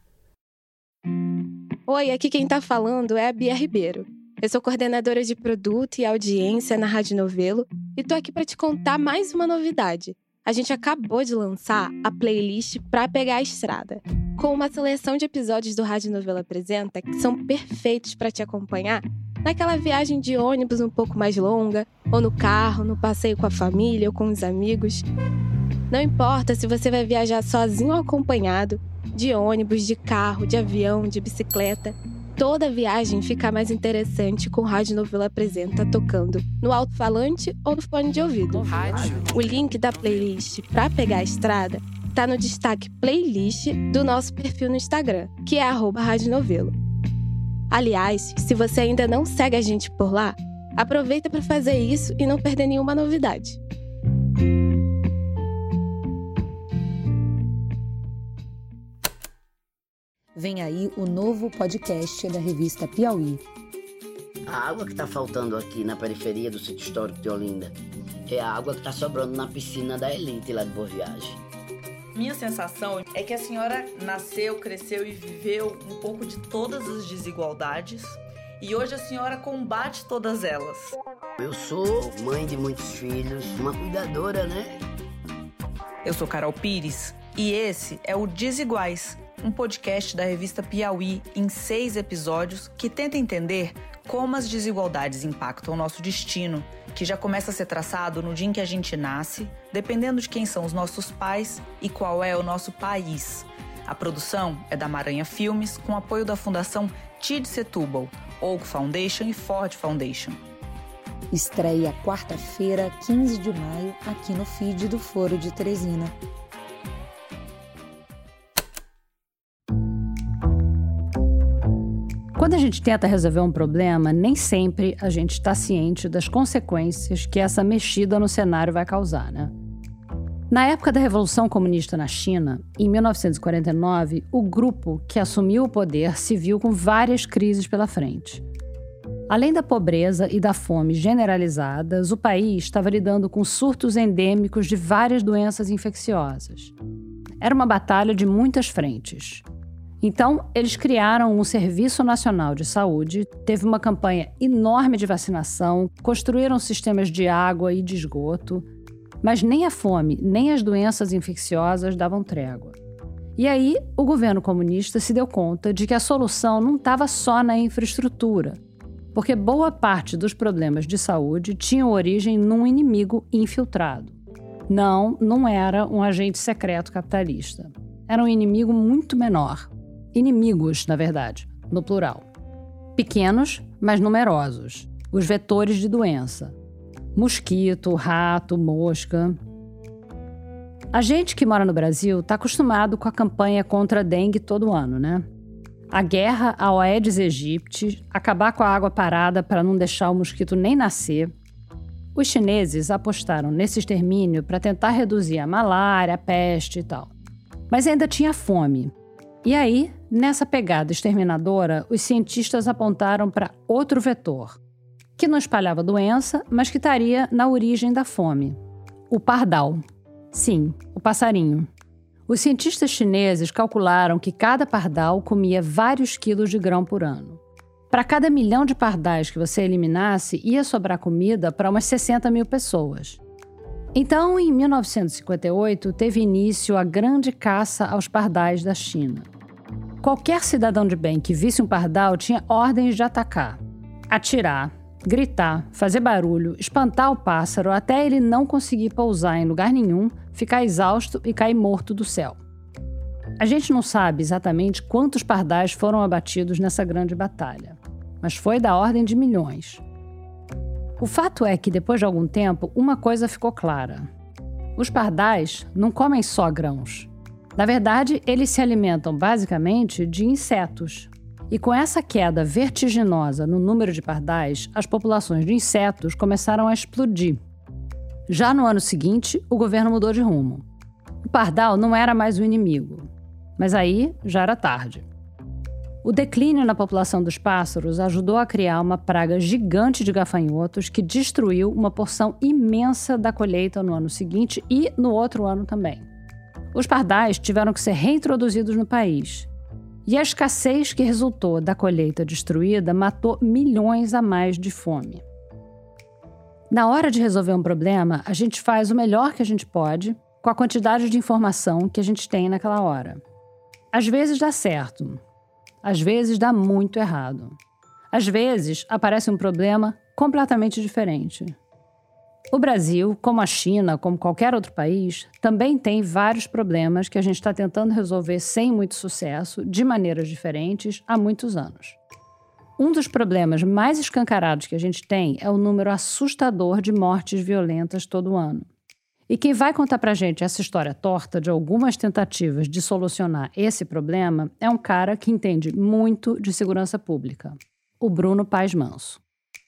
Oi, aqui quem tá falando é a Bia Ribeiro. Eu sou coordenadora de produto e audiência na Rádio Novelo e tô aqui para te contar mais uma novidade. A gente acabou de lançar a playlist Pra Pegar a Estrada, com uma seleção de episódios do Rádio Novelo Apresenta que são perfeitos para te acompanhar naquela viagem de ônibus um pouco mais longa, ou no carro, no passeio com a família ou com os amigos. Não importa se você vai viajar sozinho ou acompanhado, de ônibus, de carro, de avião, de bicicleta, toda viagem fica mais interessante com o Rádio Novelo Apresenta tocando no alto-falante ou no fone de ouvido. Rádio. O link da playlist Pra Pegar a Estrada tá no destaque playlist do nosso perfil no Instagram, que é arroba Rádio Novelo. Aliás, se você ainda não segue a gente por lá, aproveita para fazer isso e não perder nenhuma novidade. Vem aí o novo podcast da revista Piauí. A água que está faltando aqui na periferia do sítio histórico de Olinda é a água que está sobrando na piscina da Elite lá de Boa Viagem. Minha sensação é que a senhora nasceu, cresceu e viveu um pouco de todas as desigualdades e hoje a senhora combate todas elas. Eu sou mãe de muitos filhos, uma cuidadora, né? Eu sou Carol Pires e esse é o Desiguais, um podcast da revista Piauí em seis episódios que tenta entender como as desigualdades impactam o nosso destino, que já começa a ser traçado no dia em que a gente nasce, dependendo de quem são os nossos pais e qual é o nosso país. A produção é da Maranha Filmes, com apoio da Fundação Tid Setúbal, Oak Foundation e Ford Foundation. Estreia quarta-feira, quinze de maio, aqui no feed do Foro de Teresina. Quando a gente tenta resolver um problema, nem sempre a gente está ciente das consequências que essa mexida no cenário vai causar, né? Na época da Revolução Comunista na China, em mil novecentos e quarenta e nove, o grupo que assumiu o poder se viu com várias crises pela frente. Além da pobreza e da fome generalizadas, o país estava lidando com surtos endêmicos de várias doenças infecciosas. Era uma batalha de muitas frentes. Então, eles criaram um Serviço Nacional de Saúde, teve uma campanha enorme de vacinação, construíram sistemas de água e de esgoto, mas nem a fome, nem as doenças infecciosas davam trégua. E aí, o governo comunista se deu conta de que a solução não estava só na infraestrutura, porque boa parte dos problemas de saúde tinham origem num inimigo infiltrado. Não, não era um agente secreto capitalista. Era um inimigo muito menor. Inimigos, na verdade, no plural. Pequenos, mas numerosos. Os vetores de doença. Mosquito, rato, mosca. A gente que mora no Brasil está acostumado com a campanha contra a dengue todo ano, né? A guerra ao Aedes aegypti, acabar com a água parada para não deixar o mosquito nem nascer. Os chineses apostaram nesse extermínio para tentar reduzir a malária, a peste e tal. Mas ainda tinha fome. E aí, nessa pegada exterminadora, os cientistas apontaram para outro vetor, que não espalhava doença, mas que estaria na origem da fome. O pardal. Sim, o passarinho. Os cientistas chineses calcularam que cada pardal comia vários quilos de grão por ano. Para cada milhão de pardais que você eliminasse, ia sobrar comida para umas sessenta mil pessoas. Então, em mil novecentos e cinquenta e oito, teve início a grande caça aos pardais da China. Qualquer cidadão de bem que visse um pardal tinha ordens de atacar, atirar, gritar, fazer barulho, espantar o pássaro até ele não conseguir pousar em lugar nenhum, ficar exausto e cair morto do céu. A gente não sabe exatamente quantos pardais foram abatidos nessa grande batalha, mas foi da ordem de milhões. O fato é que, depois de algum tempo, uma coisa ficou clara. Os pardais não comem só grãos. Na verdade, eles se alimentam basicamente de insetos. E com essa queda vertiginosa no número de pardais, as populações de insetos começaram a explodir. Já no ano seguinte, o governo mudou de rumo. O pardal não era mais o inimigo. Mas aí já era tarde. O declínio na população dos pássaros ajudou a criar uma praga gigante de gafanhotos que destruiu uma porção imensa da colheita no ano seguinte e no outro ano também. Os pardais tiveram que ser reintroduzidos no país. E a escassez que resultou da colheita destruída matou milhões a mais de fome. Na hora de resolver um problema, a gente faz o melhor que a gente pode com a quantidade de informação que a gente tem naquela hora. Às vezes dá certo, às vezes dá muito errado. Às vezes aparece um problema completamente diferente. O Brasil, como a China, como qualquer outro país, também tem vários problemas que a gente está tentando resolver sem muito sucesso, de maneiras diferentes, há muitos anos. Um dos problemas mais escancarados que a gente tem é o número assustador de mortes violentas todo ano. E quem vai contar pra gente essa história torta de algumas tentativas de solucionar esse problema é um cara que entende muito de segurança pública, o Bruno Paes Manso.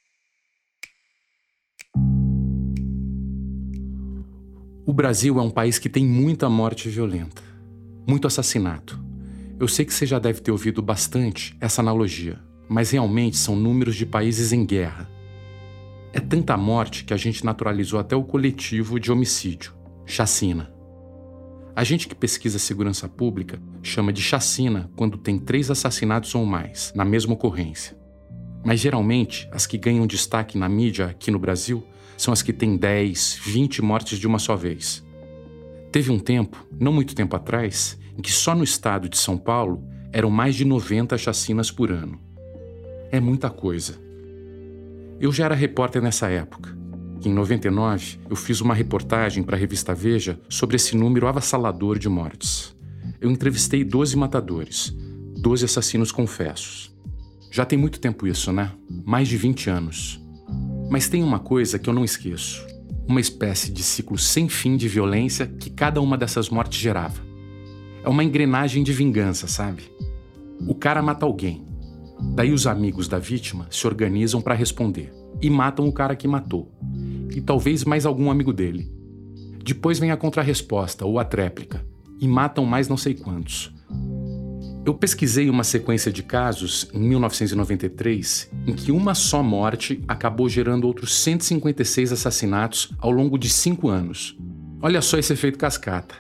O Brasil é um país que tem muita morte violenta, muito assassinato. Eu sei que você já deve ter ouvido bastante essa analogia, mas realmente são números de países em guerra. É tanta morte que a gente naturalizou até o coletivo de homicídio, chacina. A gente que pesquisa segurança pública chama de chacina quando tem três assassinatos ou mais na mesma ocorrência. Mas geralmente, as que ganham destaque na mídia aqui no Brasil são as que têm dez, vinte mortes de uma só vez. Teve um tempo, não muito tempo atrás, em que só no estado de São Paulo eram mais de noventa chacinas por ano. É muita coisa. Eu já era repórter nessa época. Em noventa e nove, eu fiz uma reportagem para a revista Veja sobre esse número avassalador de mortes. Eu entrevistei doze matadores, doze assassinos confessos. Já tem muito tempo isso, né? Mais de vinte anos. Mas tem uma coisa que eu não esqueço. Uma espécie de ciclo sem fim de violência que cada uma dessas mortes gerava. É uma engrenagem de vingança, sabe? O cara mata alguém. Daí os amigos da vítima se organizam para responder e matam o cara que matou. E talvez mais algum amigo dele. Depois vem a contrarresposta ou a tréplica e matam mais não sei quantos. Eu pesquisei uma sequência de casos em mil novecentos e noventa e três em que uma só morte acabou gerando outros cento e cinquenta e seis assassinatos ao longo de cinco anos. Olha só esse efeito cascata.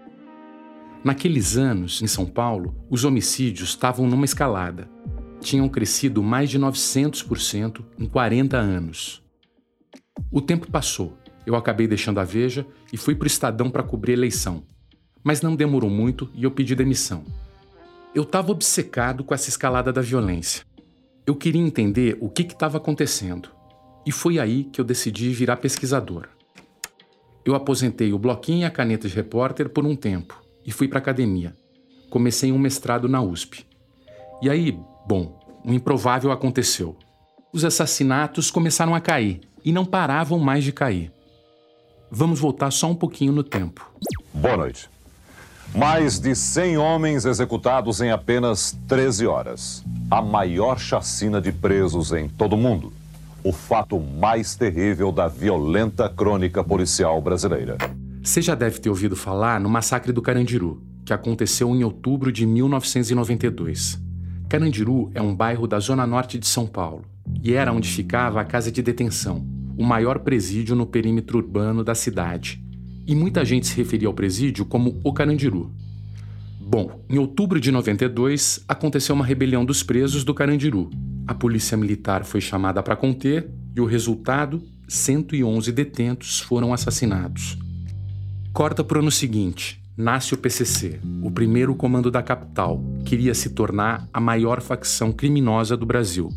Naqueles anos, em São Paulo, os homicídios estavam numa escalada. Tinham crescido mais de novecentos por cento em quarenta anos. O tempo passou. Eu acabei deixando a Veja e fui para o Estadão para cobrir a eleição. Mas não demorou muito e eu pedi demissão. Eu estava obcecado com essa escalada da violência. Eu queria entender o que estava acontecendo. E foi aí que eu decidi virar pesquisador. Eu aposentei o bloquinho e a caneta de repórter por um tempo e fui para a academia. Comecei um mestrado na U S P. E aí, bom, o improvável aconteceu. Os assassinatos começaram a cair e não paravam mais de cair. Vamos voltar só um pouquinho no tempo. Boa noite. Mais de cem homens executados em apenas treze horas. A maior chacina de presos em todo o mundo. O fato mais terrível da violenta crônica policial brasileira. Você já deve ter ouvido falar no massacre do Carandiru, que aconteceu em outubro de mil novecentos e noventa e dois. Carandiru é um bairro da zona norte de São Paulo e era onde ficava a casa de detenção, o maior presídio no perímetro urbano da cidade. E muita gente se referia ao presídio como o Carandiru. Bom, em outubro de noventa e dois, aconteceu uma rebelião dos presos do Carandiru, A polícia militar foi chamada para conter e o resultado, cento e onze detentos foram assassinados. Corta para o ano seguinte, nasce o P C C, o primeiro comando da capital, que iria se tornar a maior facção criminosa do Brasil.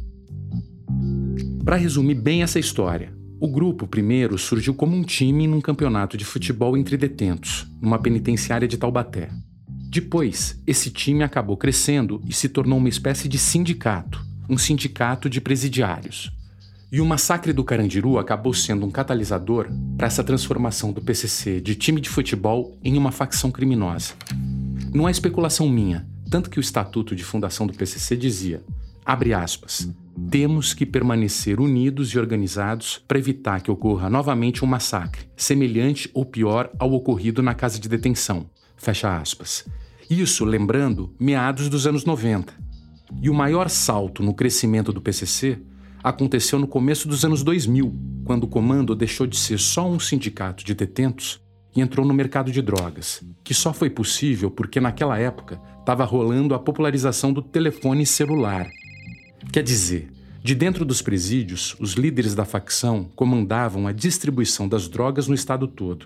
Para resumir bem essa história, o grupo primeiro surgiu como um time num campeonato de futebol entre detentos, numa penitenciária de Taubaté. Depois, esse time acabou crescendo e se tornou uma espécie de sindicato, um sindicato de presidiários. E o massacre do Carandiru acabou sendo um catalisador para essa transformação do P C C de time de futebol em uma facção criminosa. Não é especulação minha, tanto que o estatuto de fundação do P C C dizia, abre aspas, temos que permanecer unidos e organizados para evitar que ocorra novamente um massacre, semelhante ou pior ao ocorrido na casa de detenção, fecha aspas. Isso, lembrando, meados dos anos noventa. E o maior salto no crescimento do P C C aconteceu no começo dos anos dois mil, quando o comando deixou de ser só um sindicato de detentos e entrou no mercado de drogas, que só foi possível porque naquela época estava rolando a popularização do telefone celular. Quer dizer, de dentro dos presídios, os líderes da facção comandavam a distribuição das drogas no estado todo.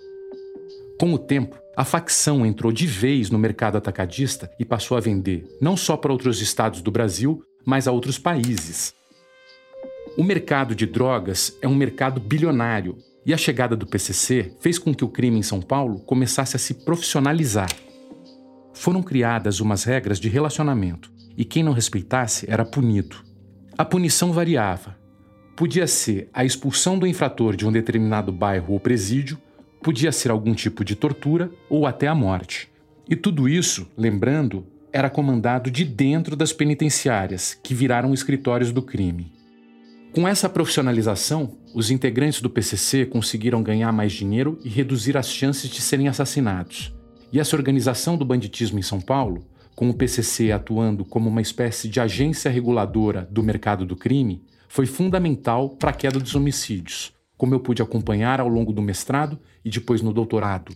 Com o tempo, a facção entrou de vez no mercado atacadista e passou a vender não só para outros estados do Brasil, mas a outros países. O mercado de drogas é um mercado bilionário e a chegada do P C C fez com que o crime em São Paulo começasse a se profissionalizar. Foram criadas umas regras de relacionamento e quem não respeitasse era punido. A punição variava. Podia ser a expulsão do infrator de um determinado bairro ou presídio, podia ser algum tipo de tortura ou até a morte. E tudo isso, lembrando, era comandado de dentro das penitenciárias, que viraram escritórios do crime. Com essa profissionalização, os integrantes do P C C conseguiram ganhar mais dinheiro e reduzir as chances de serem assassinados. E essa organização do banditismo em São Paulo, com o P C C atuando como uma espécie de agência reguladora do mercado do crime, foi fundamental para a queda dos homicídios, como eu pude acompanhar ao longo do mestrado e depois no doutorado.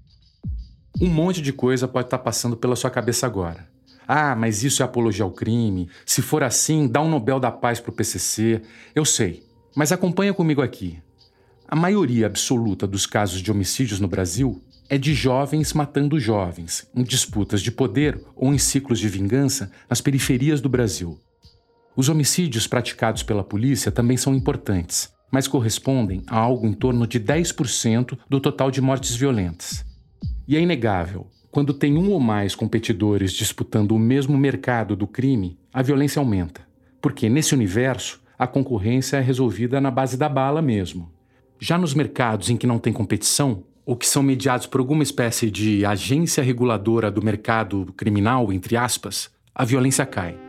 Um monte de coisa pode estar passando pela sua cabeça agora. Ah, mas isso é apologia ao crime. Se for assim, dá um Nobel da Paz para o P C C. Eu sei, mas acompanha comigo aqui. A maioria absoluta dos casos de homicídios no Brasil é de jovens matando jovens, em disputas de poder ou em ciclos de vingança nas periferias do Brasil. Os homicídios praticados pela polícia também são importantes, mas correspondem a algo em torno de dez por cento do total de mortes violentas. E é inegável, quando tem um ou mais competidores disputando o mesmo mercado do crime, a violência aumenta. Porque nesse universo, a concorrência é resolvida na base da bala mesmo. Já nos mercados em que não tem competição, ou que são mediados por alguma espécie de agência reguladora do mercado criminal, entre aspas, a violência cai.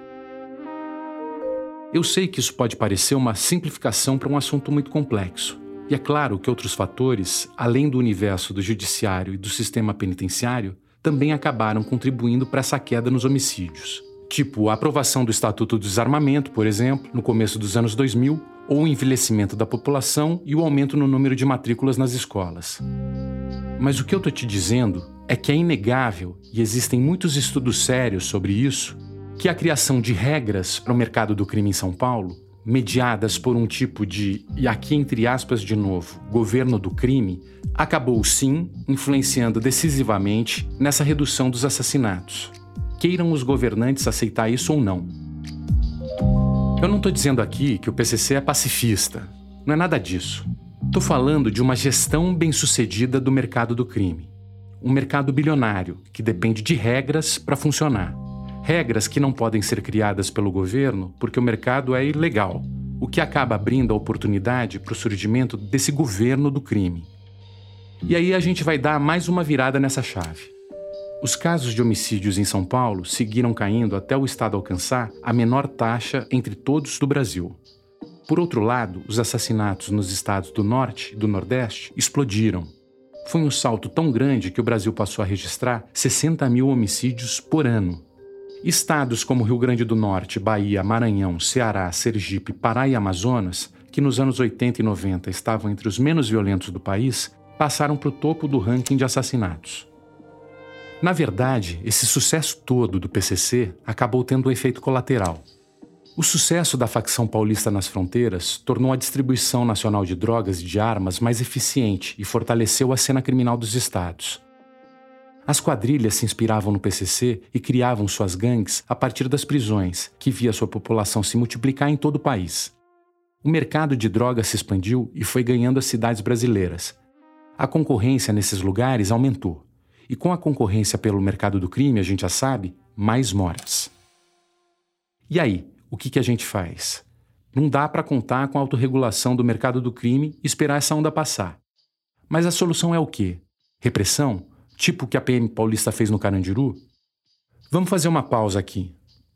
Eu sei que isso pode parecer uma simplificação para um assunto muito complexo. E é claro que outros fatores, além do universo do judiciário e do sistema penitenciário, também acabaram contribuindo para essa queda nos homicídios. Tipo a aprovação do Estatuto do Desarmamento, por exemplo, no começo dos anos dois mil, ou o envelhecimento da população e o aumento no número de matrículas nas escolas. Mas o que eu estou te dizendo é que é inegável, e existem muitos estudos sérios sobre isso, que a criação de regras para o mercado do crime em São Paulo, mediadas por um tipo de, e aqui entre aspas de novo, governo do crime, acabou sim influenciando decisivamente nessa redução dos assassinatos. Queiram os governantes aceitar isso ou não. Eu não estou dizendo aqui que o P C C é pacifista. Não é nada disso. Estou falando de uma gestão bem-sucedida do mercado do crime. Um mercado bilionário que depende de regras para funcionar. Regras que não podem ser criadas pelo governo porque o mercado é ilegal, o que acaba abrindo a oportunidade para o surgimento desse governo do crime. E aí a gente vai dar mais uma virada nessa chave. Os casos de homicídios em São Paulo seguiram caindo até o estado alcançar a menor taxa entre todos do Brasil. Por outro lado, os assassinatos nos estados do Norte e do Nordeste explodiram. Foi um salto tão grande que o Brasil passou a registrar sessenta mil homicídios por ano. Estados como Rio Grande do Norte, Bahia, Maranhão, Ceará, Sergipe, Pará e Amazonas, que nos anos oitenta e noventa estavam entre os menos violentos do país, passaram para o topo do ranking de assassinatos. Na verdade, esse sucesso todo do P C C acabou tendo um efeito colateral. O sucesso da facção paulista nas fronteiras tornou a distribuição nacional de drogas e de armas mais eficiente e fortaleceu a cena criminal dos estados. As quadrilhas se inspiravam no P C C e criavam suas gangues a partir das prisões, que via sua população se multiplicar em todo o país. O mercado de drogas se expandiu e foi ganhando as cidades brasileiras. A concorrência nesses lugares aumentou. E com a concorrência pelo mercado do crime, a gente já sabe, mais mortes. E aí, o que, que a gente faz? Não dá para contar com a autorregulação do mercado do crime e esperar essa onda passar. Mas a solução é o quê? Repressão? Tipo o que a P M paulista fez no Carandiru? Vamos fazer uma pausa aqui.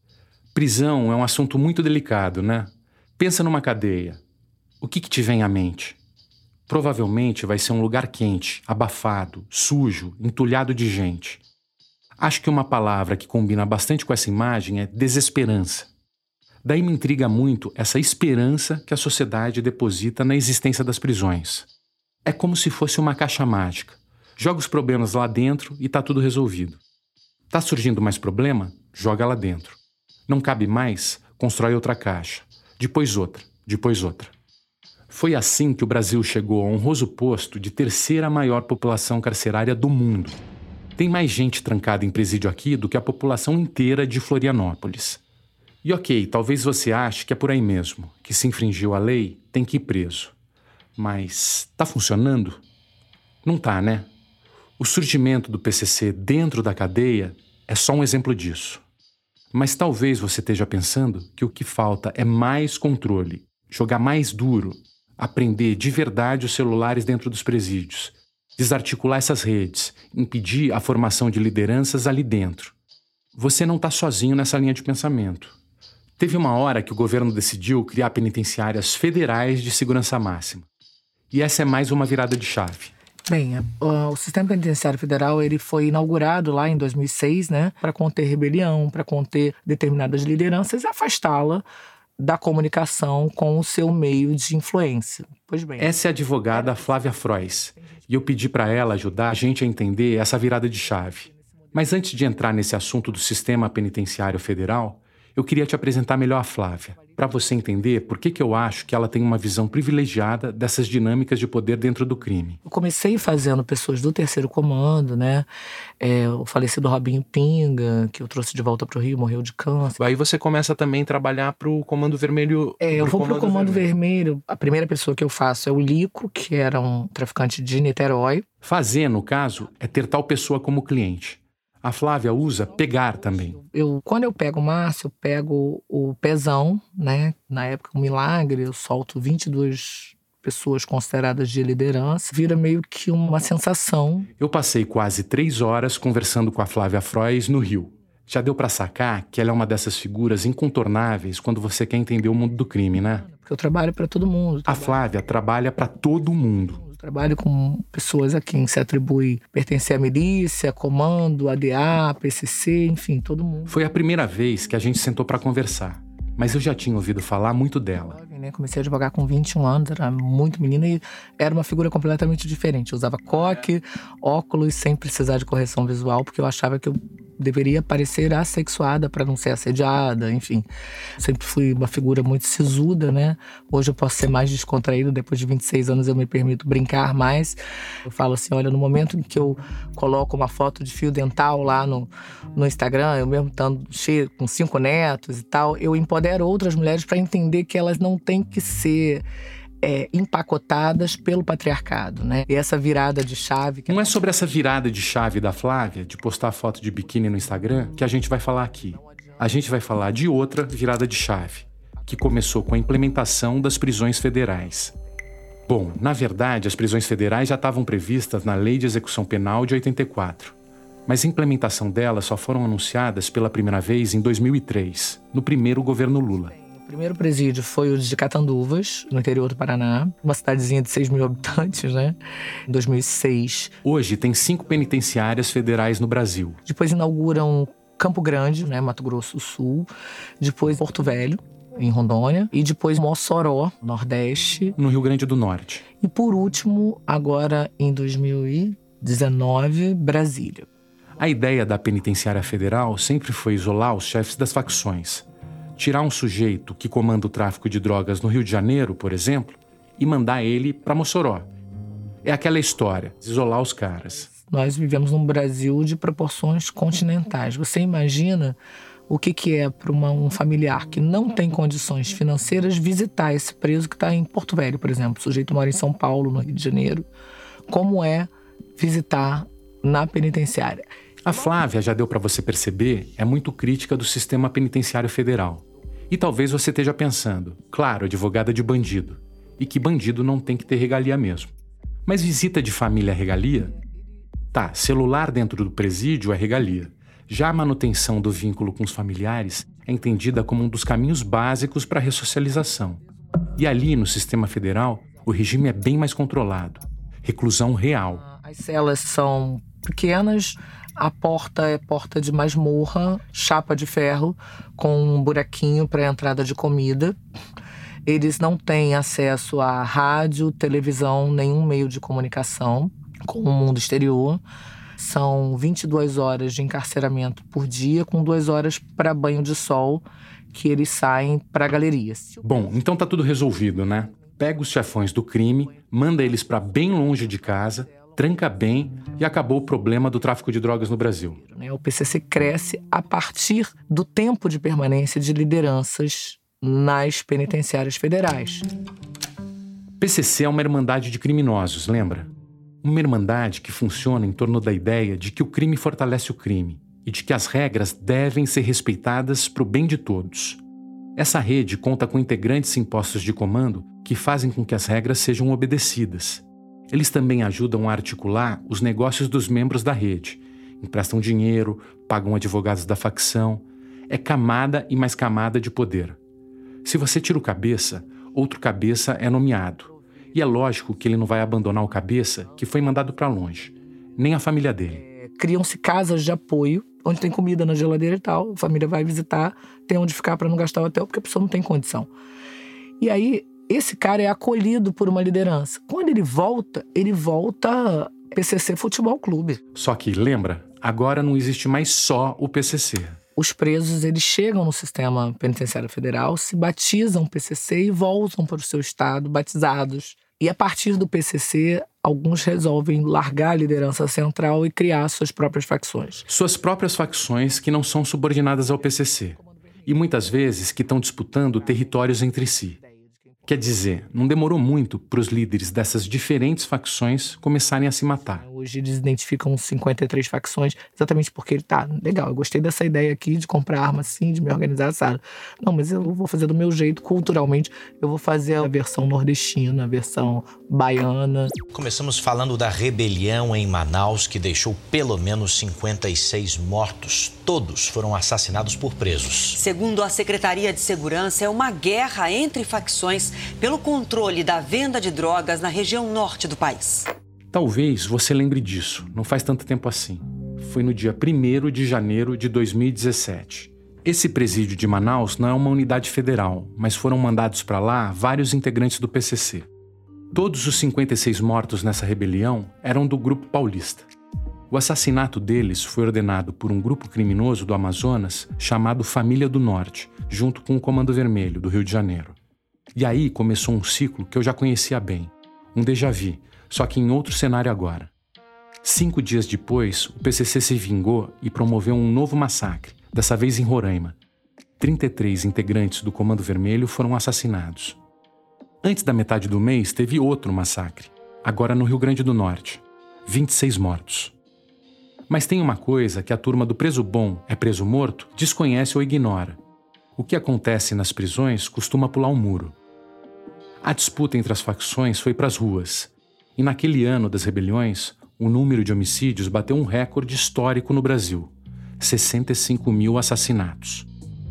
Prisão é um assunto muito delicado, né? Pensa numa cadeia. O que, que te vem à mente? Provavelmente vai ser um lugar quente, abafado, sujo, entulhado de gente. Acho que uma palavra que combina bastante com essa imagem é desesperança. Daí me intriga muito essa esperança que a sociedade deposita na existência das prisões. É como se fosse uma caixa mágica. Joga os problemas lá dentro e tá tudo resolvido. Tá surgindo mais problema? Joga lá dentro. Não cabe mais? Constrói outra caixa. Depois outra, depois outra. Foi assim que o Brasil chegou ao honroso posto de terceira maior população carcerária do mundo. Tem mais gente trancada em presídio aqui do que a população inteira de Florianópolis. E ok, talvez você ache que é por aí mesmo, que se infringiu a lei, tem que ir preso. Mas tá funcionando? Não tá, né? O surgimento do P C C dentro da cadeia é só um exemplo disso. Mas talvez você esteja pensando que o que falta é mais controle, jogar mais duro, aprender de verdade os celulares dentro dos presídios, desarticular essas redes, impedir a formação de lideranças ali dentro. Você não está sozinho nessa linha de pensamento. Teve uma hora que o governo decidiu criar penitenciárias federais de segurança máxima. E essa é mais uma virada de chave. Bem, o Sistema Penitenciário Federal ele foi inaugurado lá em dois mil e seis, né, para conter rebelião, para conter determinadas lideranças e afastá-la da comunicação com o seu meio de influência. Pois bem. Essa é a advogada Flávia Frois, e eu pedi para ela ajudar a gente a entender essa virada de chave. Mas antes de entrar nesse assunto do Sistema Penitenciário Federal, eu queria te apresentar melhor a Flávia, para você entender por que, que eu acho que ela tem uma visão privilegiada dessas dinâmicas de poder dentro do crime. Eu comecei fazendo pessoas do terceiro comando, né? É, o falecido Robinho Pinga, que eu trouxe de volta para o Rio, morreu de câncer. Aí você começa também a trabalhar para o Comando Vermelho. É, eu vou para o Comando Vermelho. Vermelho. A primeira pessoa que eu faço é o Lico, que era um traficante de Niterói. Fazer, no caso, é ter tal pessoa como cliente. A Flávia usa pegar também. Eu, quando eu pego o Márcio, eu pego o Pezão, né? Na época, um milagre, eu solto vinte e duas pessoas consideradas de liderança. Vira meio que uma sensação. Eu passei quase três horas conversando com a Flávia Frois no Rio. Já deu pra sacar que ela é uma dessas figuras incontornáveis quando você quer entender o mundo do crime, né? Porque eu trabalho pra todo mundo. A Flávia trabalha pra todo mundo. Trabalho com pessoas a quem se atribui pertencer à milícia, comando, A D A, P C C, enfim, todo mundo. Foi a primeira vez que a gente sentou para conversar, mas eu já tinha ouvido falar muito dela. Comecei a advogar com vinte e um anos, era muito menina e era uma figura completamente diferente. Eu usava coque, óculos, sem precisar de correção visual, porque eu achava que eu deveria parecer assexuada para não ser assediada, enfim. Sempre fui uma figura muito sisuda, né? Hoje eu posso ser mais descontraído, depois de vinte e seis anos eu me permito brincar mais. Eu falo assim, olha, no momento em que eu coloco uma foto de fio dental lá no, no Instagram, eu mesmo estando cheio, com cinco netos e tal, eu empodero outras mulheres para entender que elas não têm que ser É, empacotadas pelo patriarcado, né? E essa virada de chave... Que Não é sobre essa virada de chave da Flávia, de postar foto de biquíni no Instagram, que a gente vai falar aqui. A gente vai falar de outra virada de chave, que começou com a implementação das prisões federais. Bom, na verdade, as prisões federais já estavam previstas na Lei de Execução Penal de oitenta e quatro. Mas a implementação delas só foram anunciadas pela primeira vez em dois mil e três, no primeiro governo Lula. O primeiro presídio foi o de Catanduvas, no interior do Paraná, uma cidadezinha de seis mil habitantes, né? Em dois mil e seis. Hoje tem cinco penitenciárias federais no Brasil. Depois inauguram Campo Grande, né? Mato Grosso do Sul. Depois Porto Velho, em Rondônia. E depois Mossoró, Nordeste. No Rio Grande do Norte. E por último, agora em dois mil e dezenove, Brasília. A ideia da penitenciária federal sempre foi isolar os chefes das facções. tirar um sujeito que comanda o tráfico de drogas no Rio de Janeiro, por exemplo, e mandar ele para Mossoró. É aquela história, isolar os caras. Nós vivemos num Brasil de proporções continentais. Você imagina o que, que é para um familiar que não tem condições financeiras visitar esse preso que está em Porto Velho, por exemplo. O sujeito mora em São Paulo, no Rio de Janeiro. Como é visitar na penitenciária? A Flávia, já deu para você perceber, é muito crítica do sistema penitenciário federal. E talvez você esteja pensando, claro, advogada de bandido, e que bandido não tem que ter regalia mesmo. Mas visita de família é regalia? Tá, celular dentro do presídio é regalia. Já a manutenção do vínculo com os familiares é entendida como um dos caminhos básicos para a ressocialização. E ali, no sistema federal, o regime é bem mais controlado. Reclusão real. As celas são pequenas, a porta é porta de masmorra, chapa de ferro, com um buraquinho para a entrada de comida. Eles não têm acesso a rádio, televisão, nenhum meio de comunicação com o mundo exterior. São vinte e duas horas de encarceramento por dia, com duas horas para banho de sol, que eles saem para a galeria. Bom, então tá tudo resolvido, né? Pega os chefões do crime, manda eles para bem longe de casa, tranca bem e acabou o problema do tráfico de drogas no Brasil. O P C C cresce a partir do tempo de permanência de lideranças nas penitenciárias federais. P C C é uma irmandade de criminosos, lembra? Uma irmandade que funciona em torno da ideia de que o crime fortalece o crime e de que as regras devem ser respeitadas para o bem de todos. Essa rede conta com integrantes em postos de comando que fazem com que as regras sejam obedecidas. Eles também ajudam a articular os negócios dos membros da rede. Emprestam dinheiro, pagam advogados da facção. É camada e mais camada de poder. Se você tira o cabeça, outro cabeça é nomeado. E é lógico que ele não vai abandonar o cabeça que foi mandado para longe. Nem a família dele. É, criam-se casas de apoio, onde tem comida na geladeira e tal. A família vai visitar, tem onde ficar para não gastar o hotel, porque a pessoa não tem condição. E aí, esse cara é acolhido por uma liderança. Quando ele volta, ele volta P C C Futebol Clube. Só que, lembra, agora não existe mais só o P C C. Os presos, eles chegam no sistema penitenciário federal, se batizam P C C e voltam para o seu estado batizados. E a partir do P C C, alguns resolvem largar a liderança central e criar suas próprias facções. Suas próprias facções que não são subordinadas ao P C C. E muitas vezes que estão disputando territórios entre si. Quer dizer, não demorou muito para os líderes dessas diferentes facções começarem a se matar. Hoje eles identificam cinquenta e três facções, exatamente porque ele tá legal, eu gostei dessa ideia aqui de comprar arma assim, de me organizar assado. Não, mas eu vou fazer do meu jeito, culturalmente, eu vou fazer a versão nordestina, a versão baiana. Começamos falando da rebelião em Manaus, que deixou pelo menos cinquenta e seis mortos. Todos foram assassinados por presos. Segundo a Secretaria de Segurança, é uma guerra entre facções pelo controle da venda de drogas na região norte do país. Talvez você lembre disso, não faz tanto tempo assim. Foi no dia primeiro de janeiro de dois mil e dezessete. Esse presídio de Manaus não é uma unidade federal, mas foram mandados para lá vários integrantes do P C C. Todos os cinquenta e seis mortos nessa rebelião eram do Grupo Paulista. O assassinato deles foi ordenado por um grupo criminoso do Amazonas chamado Família do Norte, junto com o Comando Vermelho, do Rio de Janeiro. E aí começou um ciclo que eu já conhecia bem, um déjà vu, só que em outro cenário agora. Cinco dias depois, o P C C se vingou e promoveu um novo massacre, dessa vez em Roraima. trinta e três integrantes do Comando Vermelho foram assassinados. Antes da metade do mês, teve outro massacre, agora no Rio Grande do Norte. vinte e seis mortos. Mas tem uma coisa que a turma do preso bom é preso morto desconhece ou ignora. O que acontece nas prisões costuma pular um muro. A disputa entre as facções foi para as ruas. E naquele ano das rebeliões, o número de homicídios bateu um recorde histórico no Brasil. sessenta e cinco mil assassinatos.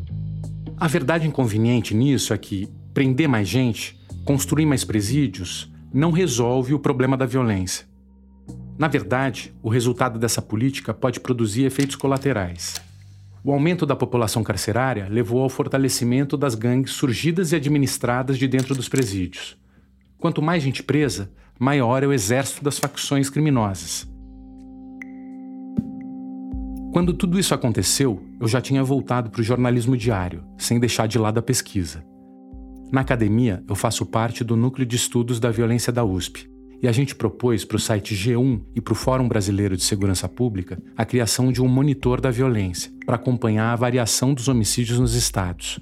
A verdade inconveniente nisso é que prender mais gente, construir mais presídios, não resolve o problema da violência. Na verdade, o resultado dessa política pode produzir efeitos colaterais. O aumento da população carcerária levou ao fortalecimento das gangues surgidas e administradas de dentro dos presídios. Quanto mais gente presa, maior é o exército das facções criminosas. Quando tudo isso aconteceu, eu já tinha voltado para o jornalismo diário, sem deixar de lado a pesquisa. Na academia, eu faço parte do Núcleo de Estudos da Violência da U S P, e a gente propôs para o site G um e para o Fórum Brasileiro de Segurança Pública a criação de um monitor da violência, para acompanhar a variação dos homicídios nos estados.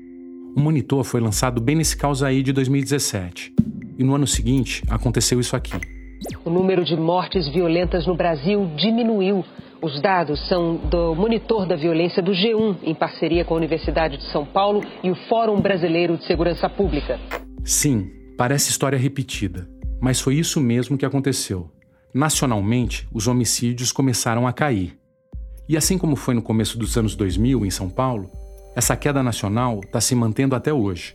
O monitor foi lançado bem nesse caos aí de dois mil e dezessete, e no ano seguinte aconteceu isso aqui. O número de mortes violentas no Brasil diminuiu. Os dados são do Monitor da Violência do G um, em parceria com a Universidade de São Paulo e o Fórum Brasileiro de Segurança Pública. Sim, parece história repetida, mas foi isso mesmo que aconteceu. Nacionalmente, os homicídios começaram a cair. E assim como foi no começo dos anos dois mil em São Paulo, essa queda nacional está se mantendo até hoje.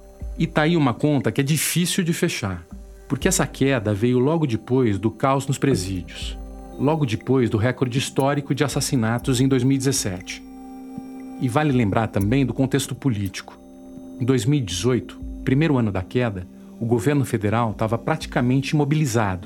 E tá aí uma conta que é difícil de fechar, porque essa queda veio logo depois do caos nos presídios. Logo depois do recorde histórico de assassinatos em dois mil e dezessete. E vale lembrar também do contexto político. Em dois mil e dezoito, primeiro ano da queda, o governo federal estava praticamente imobilizado.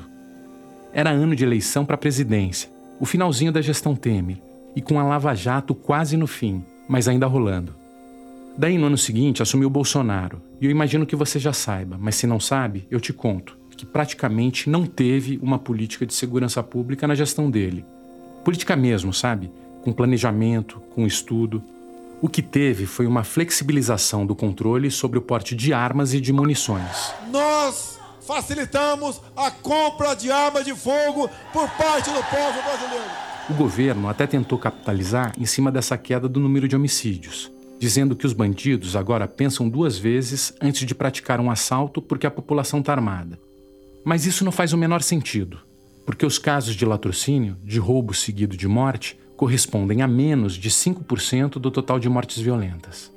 Era ano de eleição para a presidência, o finalzinho da gestão Temer, e com a Lava Jato quase no fim, mas ainda rolando. Daí, no ano seguinte, assumiu Bolsonaro, e eu imagino que você já saiba, mas se não sabe, eu te conto, que praticamente não teve uma política de segurança pública na gestão dele. Política mesmo, sabe? Com planejamento, com estudo. O que teve foi uma flexibilização do controle sobre o porte de armas e de munições. Nós facilitamos a compra de armas de fogo por parte do povo brasileiro. O governo até tentou capitalizar em cima dessa queda do número de homicídios, dizendo que os bandidos agora pensam duas vezes antes de praticar um assalto porque a população está armada. Mas isso não faz o menor sentido, porque os casos de latrocínio, de roubo seguido de morte, correspondem a menos de cinco por cento do total de mortes violentas.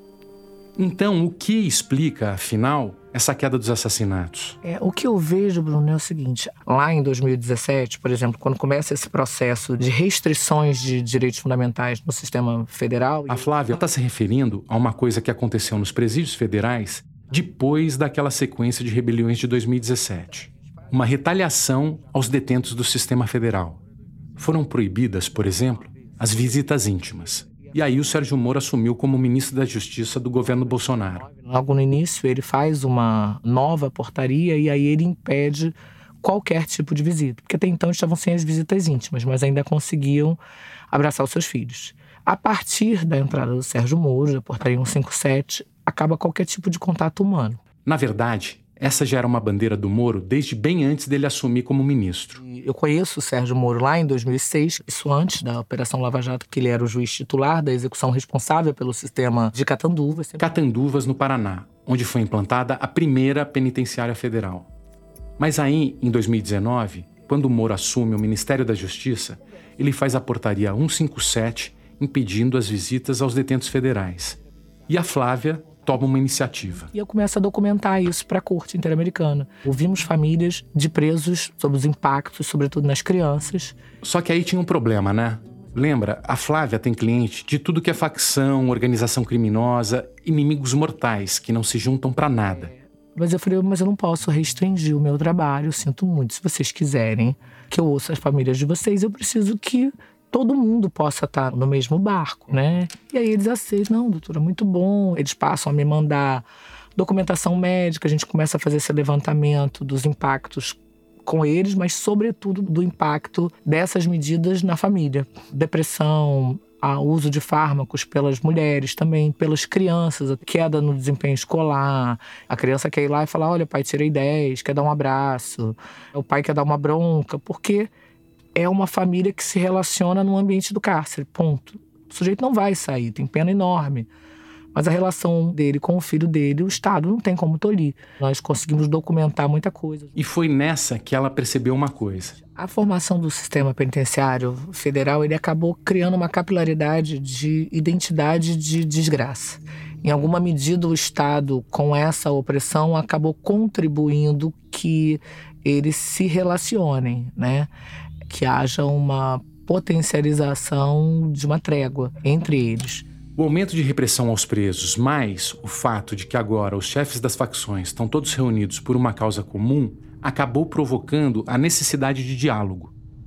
Então, o que explica, afinal, essa queda dos assassinatos? É, o que eu vejo, Bruno, é o seguinte. Lá em dois mil e dezessete, por exemplo, quando começa esse processo de restrições de direitos fundamentais no sistema federal... A Flávia está se referindo a uma coisa que aconteceu nos presídios federais depois daquela sequência de rebeliões de dois mil e dezessete. Uma retaliação aos detentos do sistema federal. Foram proibidas, por exemplo, as visitas íntimas. E aí o Sérgio Moro assumiu como ministro da Justiça do governo Bolsonaro. Logo no início, ele faz uma nova portaria e aí ele impede qualquer tipo de visita. Porque até então estavam sem as visitas íntimas, mas ainda conseguiam abraçar os seus filhos. A partir da entrada do Sérgio Moro, da portaria cento e cinquenta e sete, acaba qualquer tipo de contato humano. Na verdade, essa já era uma bandeira do Moro desde bem antes dele assumir como ministro. Eu conheço o Sérgio Moro lá em dois mil e seis, isso antes da Operação Lava Jato, que ele era o juiz titular da execução responsável pelo sistema de Catanduvas. Catanduvas, no Paraná, onde foi implantada a primeira penitenciária federal. Mas aí, em dois mil e dezenove, quando o Moro assume o Ministério da Justiça, ele faz a portaria cento e cinquenta e sete, impedindo as visitas aos detentos federais. E a Flávia toma uma iniciativa. E eu começo a documentar isso para a Corte Interamericana. Ouvimos famílias de presos sobre os impactos, sobretudo nas crianças. Só que aí tinha um problema, né? Lembra, a Flávia tem cliente de tudo que é facção, organização criminosa, inimigos mortais que não se juntam para nada. Mas eu falei, mas eu não posso restringir o meu trabalho, eu sinto muito. Se vocês quiserem que eu ouça as famílias de vocês, eu preciso que todo mundo possa estar no mesmo barco, né? E aí eles aceitam, não, doutora, muito bom. Eles passam a me mandar documentação médica, a gente começa a fazer esse levantamento dos impactos com eles, mas sobretudo do impacto dessas medidas na família. Depressão, o uso de fármacos pelas mulheres também, pelas crianças, a queda no desempenho escolar. A criança quer ir lá e falar, olha, pai, tirei dez, quer dar um abraço. O pai quer dar uma bronca, porque é uma família que se relaciona no ambiente do cárcere, ponto. O sujeito não vai sair, tem pena enorme. Mas a relação dele com o filho dele, o Estado não tem como tolir. Nós conseguimos documentar muita coisa. E foi nessa que ela percebeu uma coisa. A formação do sistema penitenciário federal, ele acabou criando uma capilaridade de identidade de desgraça. Em alguma medida, o Estado, com essa opressão, acabou contribuindo que eles se relacionem, né? Que haja uma potencialização de uma trégua entre eles. O aumento de repressão aos presos, mais o fato de que agora os chefes das facções estão todos reunidos por uma causa comum, acabou provocando a necessidade de diálogo.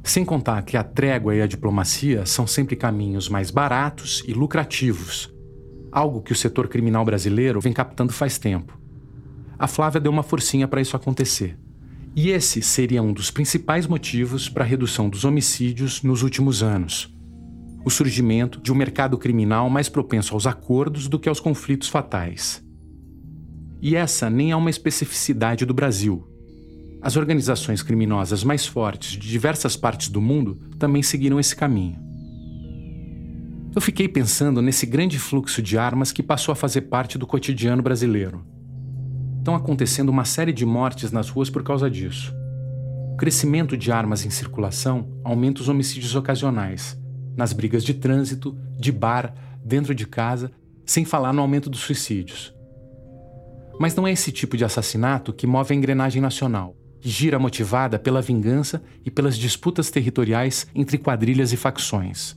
Sem contar que a trégua e a diplomacia são sempre caminhos mais baratos e lucrativos, algo que o setor criminal brasileiro vem captando faz tempo. A Flávia deu uma forcinha para isso acontecer. E esse seria um dos principais motivos para a redução dos homicídios nos últimos anos. O surgimento de um mercado criminal mais propenso aos acordos do que aos conflitos fatais. E essa nem é uma especificidade do Brasil. As organizações criminosas mais fortes de diversas partes do mundo também seguiram esse caminho. Eu fiquei pensando nesse grande fluxo de armas que passou a fazer parte do cotidiano brasileiro. Estão acontecendo uma série de mortes nas ruas por causa disso. O crescimento de armas em circulação aumenta os homicídios ocasionais, nas brigas de trânsito, de bar, dentro de casa, sem falar no aumento dos suicídios. Mas não é esse tipo de assassinato que move a engrenagem nacional, que gira motivada pela vingança e pelas disputas territoriais entre quadrilhas e facções.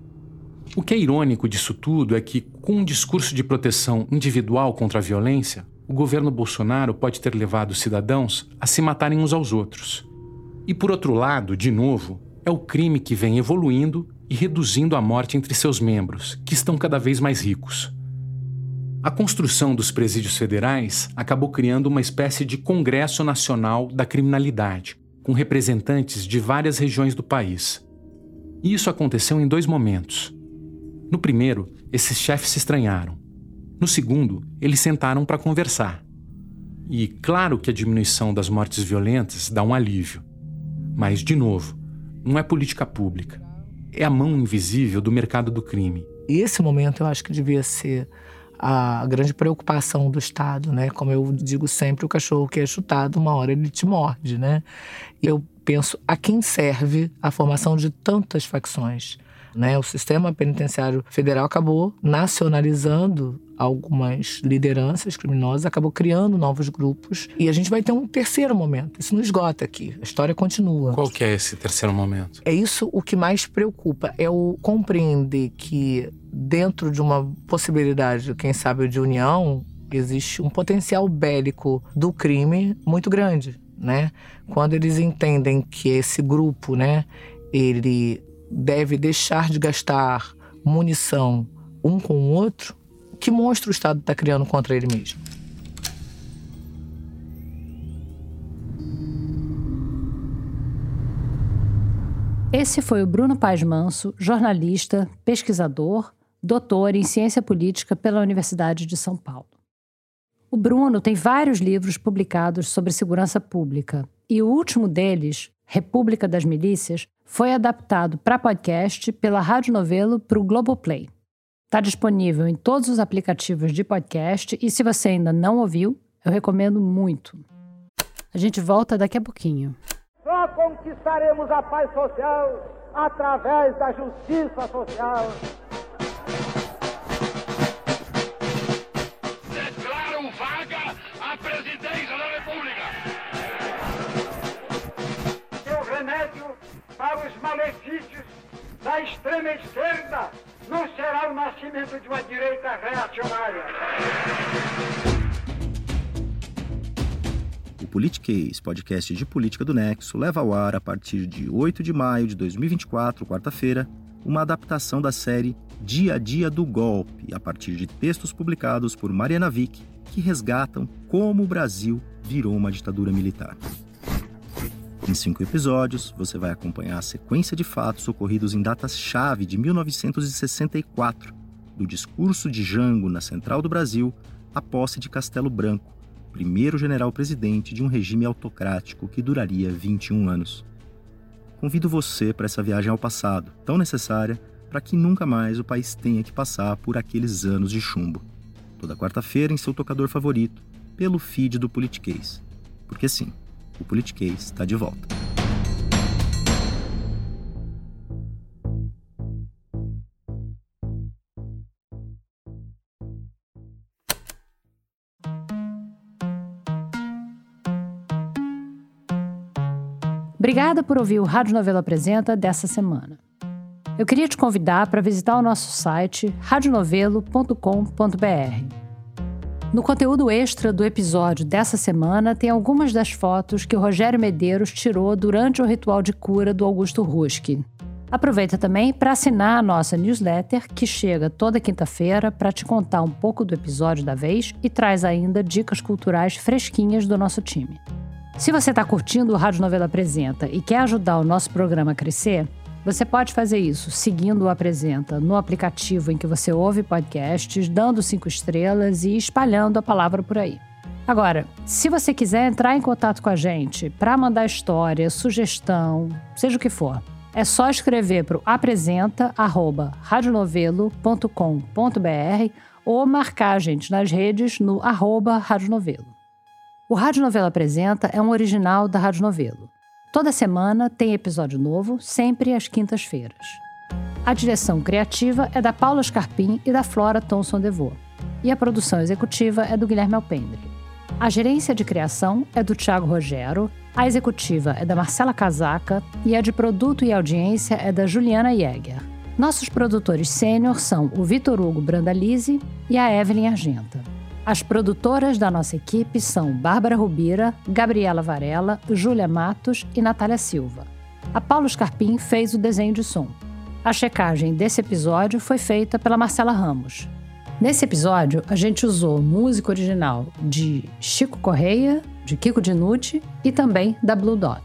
O que é irônico disso tudo é que, com um discurso de proteção individual contra a violência, o governo Bolsonaro pode ter levado os cidadãos a se matarem uns aos outros. E por outro lado, de novo, é o crime que vem evoluindo e reduzindo a morte entre seus membros, que estão cada vez mais ricos. A construção dos presídios federais acabou criando uma espécie de Congresso Nacional da Criminalidade, com representantes de várias regiões do país. E isso aconteceu em dois momentos. No primeiro, esses chefes se estranharam. No segundo, eles sentaram para conversar. E claro que a diminuição das mortes violentas dá um alívio. Mas, de novo, não é política pública. É a mão invisível do mercado do crime. E esse momento eu acho que devia ser a grande preocupação do Estado, né? Como eu digo sempre, o cachorro que é chutado, uma hora ele te morde, né? E eu penso, a quem serve a formação de tantas facções, né? O sistema penitenciário federal acabou nacionalizando algumas lideranças criminosas, acabou criando novos grupos. E a gente vai ter um terceiro momento. Isso não esgota aqui. A história continua. Qual que é esse terceiro momento? É isso o que mais preocupa. É o compreender que dentro de uma possibilidade, quem sabe, de união, existe um potencial bélico do crime muito grande, né? Quando eles entendem que esse grupo, né, ele deve deixar de gastar munição um com o outro, que monstro o Estado está criando contra ele mesmo? Esse foi o Bruno Paes Manso, jornalista, pesquisador, doutor em ciência política pela Universidade de São Paulo. O Bruno tem vários livros publicados sobre segurança pública e o último deles, República das Milícias, foi adaptado para podcast pela Rádio Novelo para o Globoplay. Está disponível em todos os aplicativos de podcast e se você ainda não ouviu, eu recomendo muito. A gente volta daqui a pouquinho. Só conquistaremos a paz social através da justiça social. Declaro vaga a presidência da República. Seu remédio para os malefícios da extrema esquerda não será o nascimento de uma direita reacionária. O Politiquês, podcast de política do Nexo, leva ao ar a partir de oito de maio de dois mil e vinte e quatro, quarta-feira, uma adaptação da série Dia a Dia do Golpe, a partir de textos publicados por Mariana Vick, que resgatam como o Brasil virou uma ditadura militar. Em cinco episódios, você vai acompanhar a sequência de fatos ocorridos em datas-chave de mil novecentos e sessenta e quatro, do discurso de Jango na Central do Brasil à posse de Castelo Branco, primeiro general-presidente de um regime autocrático que duraria vinte e um anos. Convido você para essa viagem ao passado, tão necessária para que nunca mais o país tenha que passar por aqueles anos de chumbo. Toda quarta-feira em seu tocador favorito, pelo feed do Politiquês. Porque sim, o Politiquês está de volta. Obrigada por ouvir o Rádio Novelo Apresenta dessa semana. Eu queria te convidar para visitar o nosso site radionovelo ponto com ponto b r. No conteúdo extra do episódio dessa semana tem algumas das fotos que o Rogério Medeiros tirou durante o ritual de cura do Augusto Ruski. Aproveita também para assinar a nossa newsletter, que chega toda quinta-feira para te contar um pouco do episódio da vez e traz ainda dicas culturais fresquinhas do nosso time. Se você está curtindo o Rádio Novelo Apresenta e quer ajudar o nosso programa a crescer, você pode fazer isso seguindo o Apresenta no aplicativo em que você ouve podcasts, dando cinco estrelas e espalhando a palavra por aí. Agora, se você quiser entrar em contato com a gente para mandar história, sugestão, seja o que for, é só escrever para o apresenta arroba radionovelo ponto com ponto br ou marcar a gente nas redes no arroba radionovelo. O Rádio Novelo Apresenta é um original da Rádio Novelo. Toda semana tem episódio novo, sempre às quintas-feiras. A direção criativa é da Paula Scarpim e da Flora Thomson-Devô. E a produção executiva é do Guilherme Alpendre. A gerência de criação é do Thiago Rogero, a executiva é da Marcela Casaca e a de produto e audiência é da Juliana Jäger. Nossos produtores sênior são o Vitor Hugo Brandalize e a Evelyn Argenta. As produtoras da nossa equipe são Bárbara Rubira, Gabriela Varela, Júlia Matos e Natália Silva. A Paulo Scarpim fez o desenho de som. A checagem desse episódio foi feita pela Marcela Ramos. Nesse episódio, a gente usou música original de Chico Correia, de Kiko Dinucci e também da Blue Dot.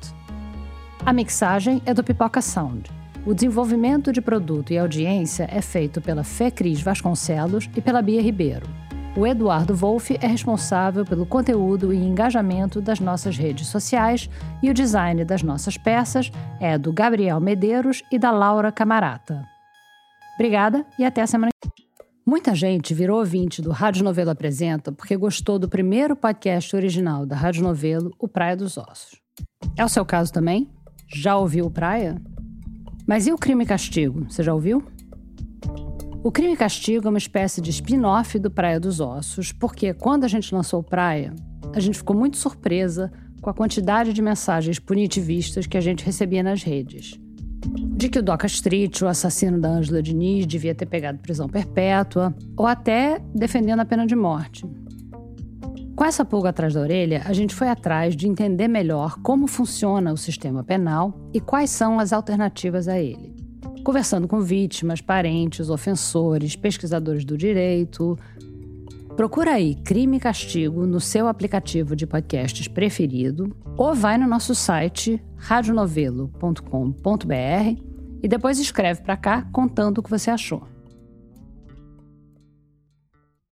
A mixagem é do Pipoca Sound. O desenvolvimento de produto e audiência é feito pela Fê Cris Vasconcelos e pela Bia Ribeiro. O Eduardo Wolff é responsável pelo conteúdo e engajamento das nossas redes sociais e o design das nossas peças é do Gabriel Medeiros e da Laura Camarata. Obrigada e até a semana que vem. Muita gente virou ouvinte do Rádio Novelo Apresenta porque gostou do primeiro podcast original da Rádio Novelo, o Praia dos Ossos. É o seu caso também? Já ouviu o Praia? Mas e o Crime e Castigo? Você já ouviu? O Crime e Castigo é uma espécie de spin-off do Praia dos Ossos, porque quando a gente lançou o Praia, a gente ficou muito surpresa com a quantidade de mensagens punitivistas que a gente recebia nas redes. De que o Doca Street, o assassino da Ângela Diniz, devia ter pegado prisão perpétua, ou até defendendo a pena de morte. Com essa pulga atrás da orelha, a gente foi atrás de entender melhor como funciona o sistema penal e quais são as alternativas a ele. Conversando com vítimas, parentes, ofensores, pesquisadores do direito. Procura aí Crime e Castigo no seu aplicativo de podcasts preferido ou vai no nosso site radionovelo ponto com ponto br e depois escreve para cá contando o que você achou.